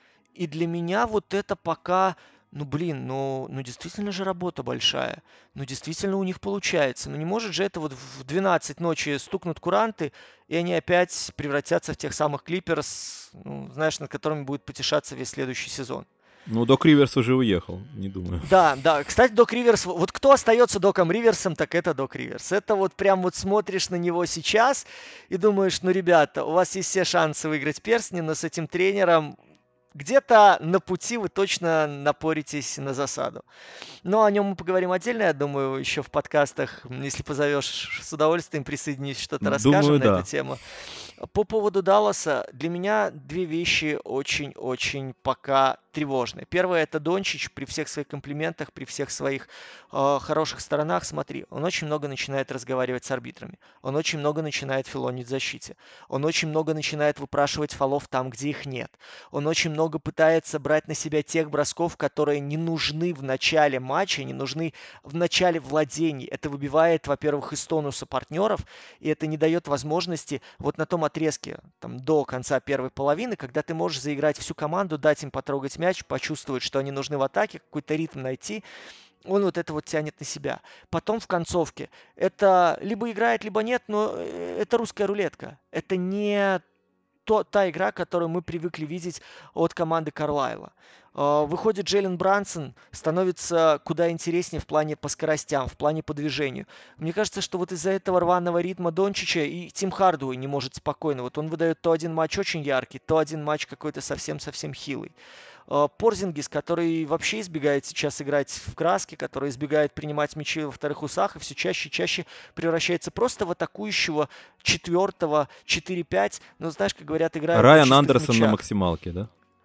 И для меня вот это пока... Ну, блин, ну действительно же работа большая. Ну, действительно у них получается. Ну, не может же это вот в 12 ночи стукнут куранты, и они опять превратятся в тех самых Клиперс, ну, знаешь, над которыми будет потешаться весь следующий сезон. Ну, Док Риверс уже уехал, не думаю. Да. Кстати, Док Риверс, вот кто остается Доком Риверсом, так это Док Риверс. Это вот прям вот смотришь на него сейчас и думаешь, ну, ребята, у вас есть все шансы выиграть перстни, но с этим тренером... Где-то на пути вы точно напоритесь на засаду. Но о нем мы поговорим отдельно, я думаю, еще в подкастах. Если позовешь, с удовольствием присоединюсь, что-то расскажем Думаю, на да. эту тему. По поводу Далласа, для меня две вещи очень-очень пока тревожные. Первое — это Дончич при всех своих комплиментах, при всех своих хороших сторонах. Смотри, он очень много начинает разговаривать с арбитрами. Он очень много начинает филонить в защите. Он очень много начинает выпрашивать фолов там, где их нет. Он очень много пытается брать на себя тех бросков, которые не нужны в начале матча, не нужны в начале владений. Это выбивает, во-первых, из тонуса партнеров, и это не дает возможности вот на том отрезке, там, до конца первой половины, когда ты можешь заиграть всю команду, дать им потрогать мяч, почувствовать, что они нужны в атаке, какой-то ритм найти, он вот это вот тянет на себя. Потом в концовке это либо играет, либо нет, но это русская рулетка. Это не та игра, которую мы привыкли видеть от команды Карлайла. Выходит Джейлен Брансон, становится куда интереснее в плане по скоростям, в плане по движению. Мне кажется, что вот из-за этого рваного ритма Дончича и Тим Хардуэй не может спокойно. Вот он выдает то один матч очень яркий, то один матч какой-то совсем-совсем хилый. Порзингис, который вообще избегает сейчас играть в краске, который избегает принимать мячи во вторых усах и все чаще и чаще превращается просто в атакующего четвертого 4-5. Ну, знаешь, как говорят, играет Райан Андерсон на максималке, да?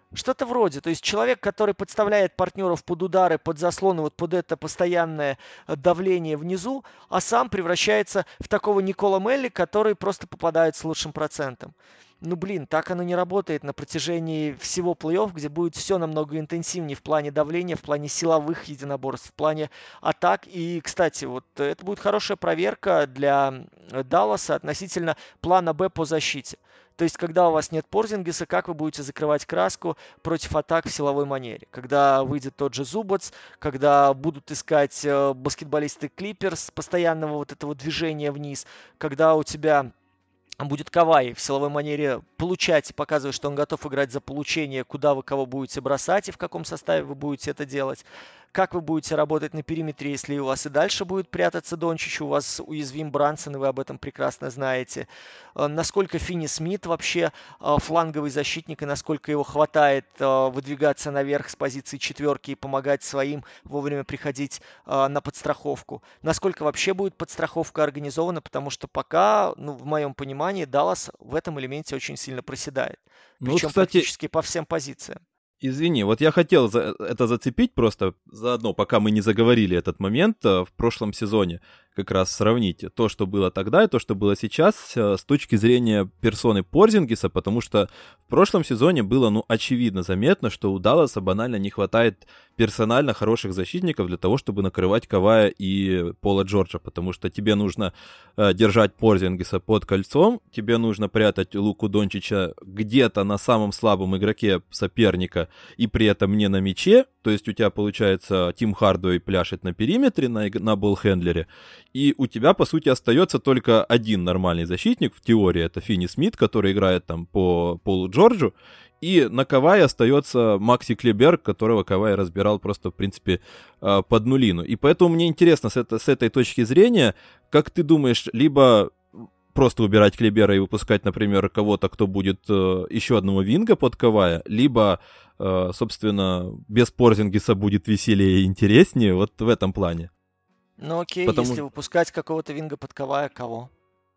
Что-то вроде. То есть человек, который подставляет партнеров под удары, под заслоны, вот под это постоянное давление внизу, а сам превращается в такого Никола Мелли, который просто попадает с лучшим процентом. Ну, блин, так оно не работает на протяжении всего плей-офф, где будет все намного интенсивнее в плане давления, в плане силовых единоборств, в плане атак. И, кстати, вот это будет хорошая проверка для Далласа относительно плана Б по защите. То есть, когда у вас нет Порзингиса, как вы будете закрывать краску против атак в силовой манере? Когда выйдет тот же Зубац, когда будут искать баскетболисты Клиперс постоянного вот этого движения вниз, когда у тебя будет Кавай в силовой манере получать и показывать, что он готов играть за получение, куда вы кого будете бросать и в каком составе вы будете это делать. Как вы будете работать на периметре, если у вас и дальше будет прятаться Дончич, у вас уязвим Брансон, и вы об этом прекрасно знаете. Насколько Финни Смит вообще фланговый защитник, и насколько его хватает выдвигаться наверх с позиции четверки и помогать своим вовремя приходить на подстраховку. Насколько вообще будет подстраховка организована, потому что пока, ну, в моем понимании, Даллас в этом элементе очень сильно проседает. Ну вот, Причем кстати, практически по всем позициям. извини, вот я хотел это зацепить просто заодно, пока мы не заговорили этот момент в прошлом сезоне, как раз сравнить то, что было тогда и то, что было сейчас с точки зрения персоны Порзингиса, потому что в прошлом сезоне было, ну, очевидно заметно, что у Далласа банально не хватает персонально хороших защитников для того, чтобы накрывать Кавая и Пола Джорджа, потому что тебе нужно держать Порзингиса под кольцом, тебе нужно прятать Луку Дончича где-то на самом слабом игроке соперника и при этом не на мяче, то есть у тебя получается Тим Хардуэй пляшет на периметре, на болл-хендлере, и у тебя, по сути, остается только один нормальный защитник, в теории, это Финни Смит, который играет там по Полу Джорджу, и на Кавае остается Макси Клебер, которого Кавай разбирал просто, в принципе, под нулину. И поэтому мне интересно с этой точки зрения, как ты думаешь, либо просто убирать Клебера и выпускать, например, кого-то, кто будет еще одного винга под Кавая, либо, собственно, без Порзингиса будет веселее и интереснее, вот в этом плане. Ну окей, Потому... если выпускать какого-то винга под Кавая, кого?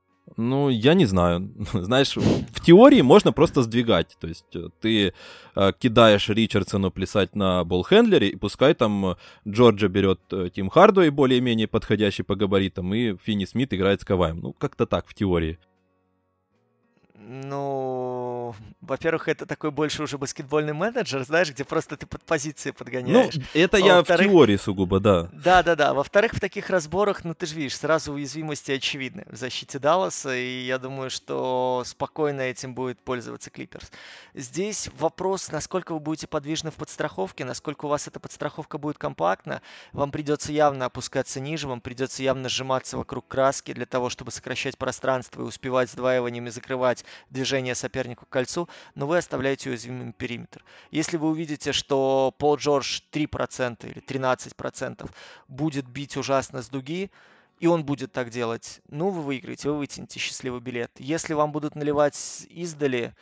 Ну, я не знаю. Знаешь, в теории можно просто сдвигать. То есть ты кидаешь Ричардсону плясать на болл-хендлере, и пускай там Джорджа берет Тим Хардуэй, более-менее подходящий по габаритам, и Финни Смит играет с Каваем. Ну, как-то так в теории. Ну, во-первых, это такой больше уже баскетбольный менеджер, знаешь, где просто ты под позиции подгоняешь. Ну, это А я в теории сугубо, да. Да. Во-вторых, в таких разборах, ну ты же видишь, сразу уязвимости очевидны в защите Далласа, и я думаю, что спокойно этим будет пользоваться Клиперс. Здесь вопрос, насколько вы будете подвижны в подстраховке, насколько у вас эта подстраховка будет компактна. Вам придется явно опускаться ниже, вам придется явно сжиматься вокруг краски для того, чтобы сокращать пространство и успевать сдваиваниями закрывать движение сопернику к кольцу, но вы оставляете уязвимым периметр. Если вы увидите, что Пол Джордж 3% или 13% будет бить ужасно с дуги, и он будет так делать, ну, вы выиграете, вы вытянете счастливый билет. Если вам будут наливать издали,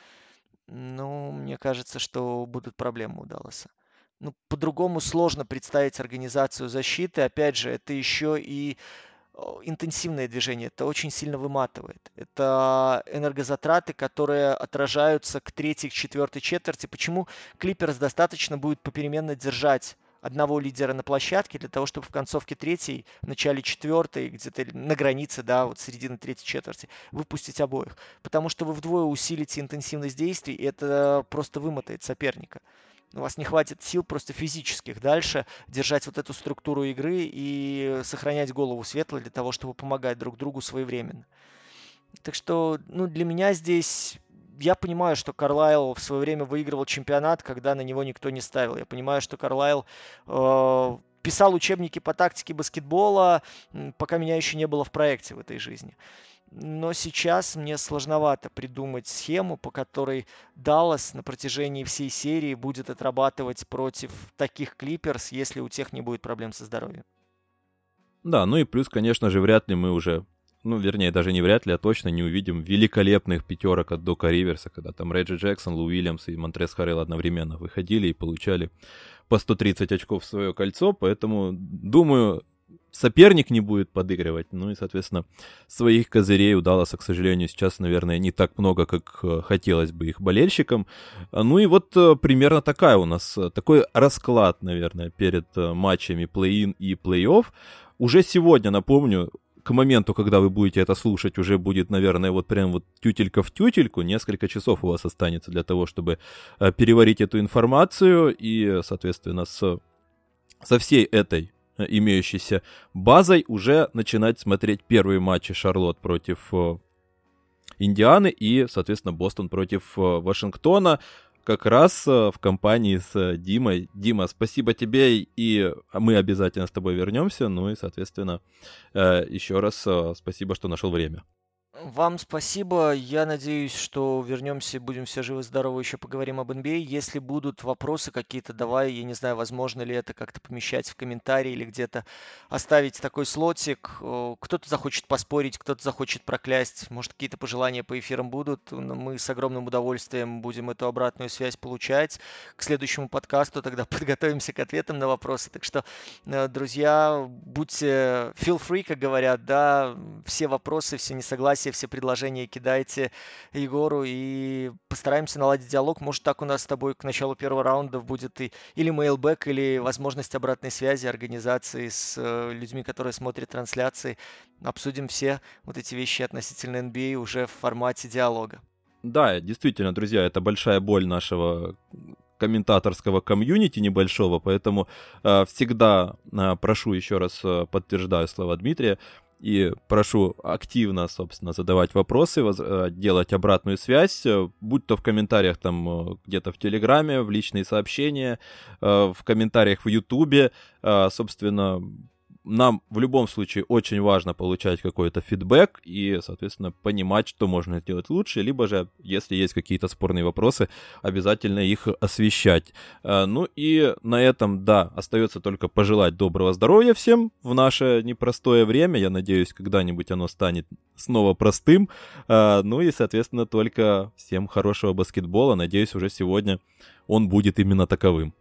ну, мне кажется, что будут проблемы у Далласа. Ну, по-другому сложно представить организацию защиты. Опять же, это еще и интенсивное движение, это очень сильно выматывает. Это энергозатраты, которые отражаются к третьей, к четвертой четверти. Почему Клиперс достаточно будет попеременно держать одного лидера на площадке для того, чтобы в концовке третьей, в начале четвертой, где-то на границе, да, вот середины третьей четверти, выпустить обоих. Потому что вы вдвое усилите интенсивность действий, и это просто вымотает соперника. У вас не хватит сил просто физических дальше держать вот эту структуру игры и сохранять голову светлой для того, чтобы помогать друг другу своевременно. Так что, ну, для меня здесь... Я понимаю, что Карлайл в свое время выигрывал чемпионат, когда на него никто не ставил. Я понимаю, что Карлайл писал учебники по тактике баскетбола, пока меня еще не было в проекте в этой жизни. Но сейчас мне сложновато придумать схему, по которой Даллас на протяжении всей серии будет отрабатывать против таких Клиперс, если у тех не будет проблем со здоровьем. Да, ну и плюс, конечно же, вряд ли мы уже, ну, вернее, даже не вряд ли, а точно не увидим великолепных пятерок от Дока Риверса, когда там Реджи Джексон, Лу Уильямс и Монтрезл Харрелл одновременно выходили и получали по 130 очков в свое кольцо, поэтому, думаю, соперник не будет подыгрывать. Ну и, соответственно, своих козырей у Далласа, к сожалению, сейчас, наверное, не так много, как хотелось бы их болельщикам. Ну и вот примерно такая у нас, такой расклад, наверное, перед матчами плей-ин и плей-офф. Уже сегодня, напомню, к моменту, когда вы будете это слушать, уже будет, наверное, вот прям вот тютелька в тютельку. Несколько часов у вас останется для того, чтобы переварить эту информацию и, соответственно, со всей этой имеющейся базой уже начинать смотреть первые матчи Шарлотт против Индианы и, соответственно, Бостон против Вашингтона. Как раз в компании с Димой. Дима, спасибо тебе, и мы обязательно с тобой вернемся. Ну и, соответственно, еще раз спасибо, что нашел время. Вам спасибо. Я надеюсь, что вернемся, будем все живы-здоровы, еще поговорим об NBA. Если будут вопросы какие-то, давай, я не знаю, возможно ли это как-то помещать в комментарии или где-то оставить такой слотик. Кто-то захочет поспорить, кто-то захочет проклясть. Может, какие-то пожелания по эфирам будут. Мы с огромным удовольствием будем эту обратную связь получать. К следующему подкасту тогда подготовимся к ответам на вопросы. Так что, друзья, будьте feel free, как говорят, да, все вопросы, все несогласия, все предложения кидайте Егору и постараемся наладить диалог. Может, так у нас с тобой к началу первого раунда будет или мейлбэк, или возможность обратной связи организации с людьми, которые смотрят трансляции. Обсудим все вот эти вещи относительно NBA уже в формате диалога. Да, действительно, друзья, это большая боль нашего комментаторского комьюнити небольшого, поэтому всегда прошу, еще раз подтверждаю слова Дмитрия, и прошу активно, собственно, задавать вопросы, делать обратную связь, будь то в комментариях там где-то в Телеграме, в личные сообщения, в комментариях в Ютубе. Собственно, нам в любом случае очень важно получать какой-то фидбэк и, соответственно, понимать, что можно сделать лучше, либо же, если есть какие-то спорные вопросы, обязательно их освещать. Ну и на этом, да, остается только пожелать доброго здоровья всем в наше непростое время. Я надеюсь, когда-нибудь оно станет снова простым. Ну и, соответственно, только всем хорошего баскетбола. Надеюсь, уже сегодня он будет именно таковым.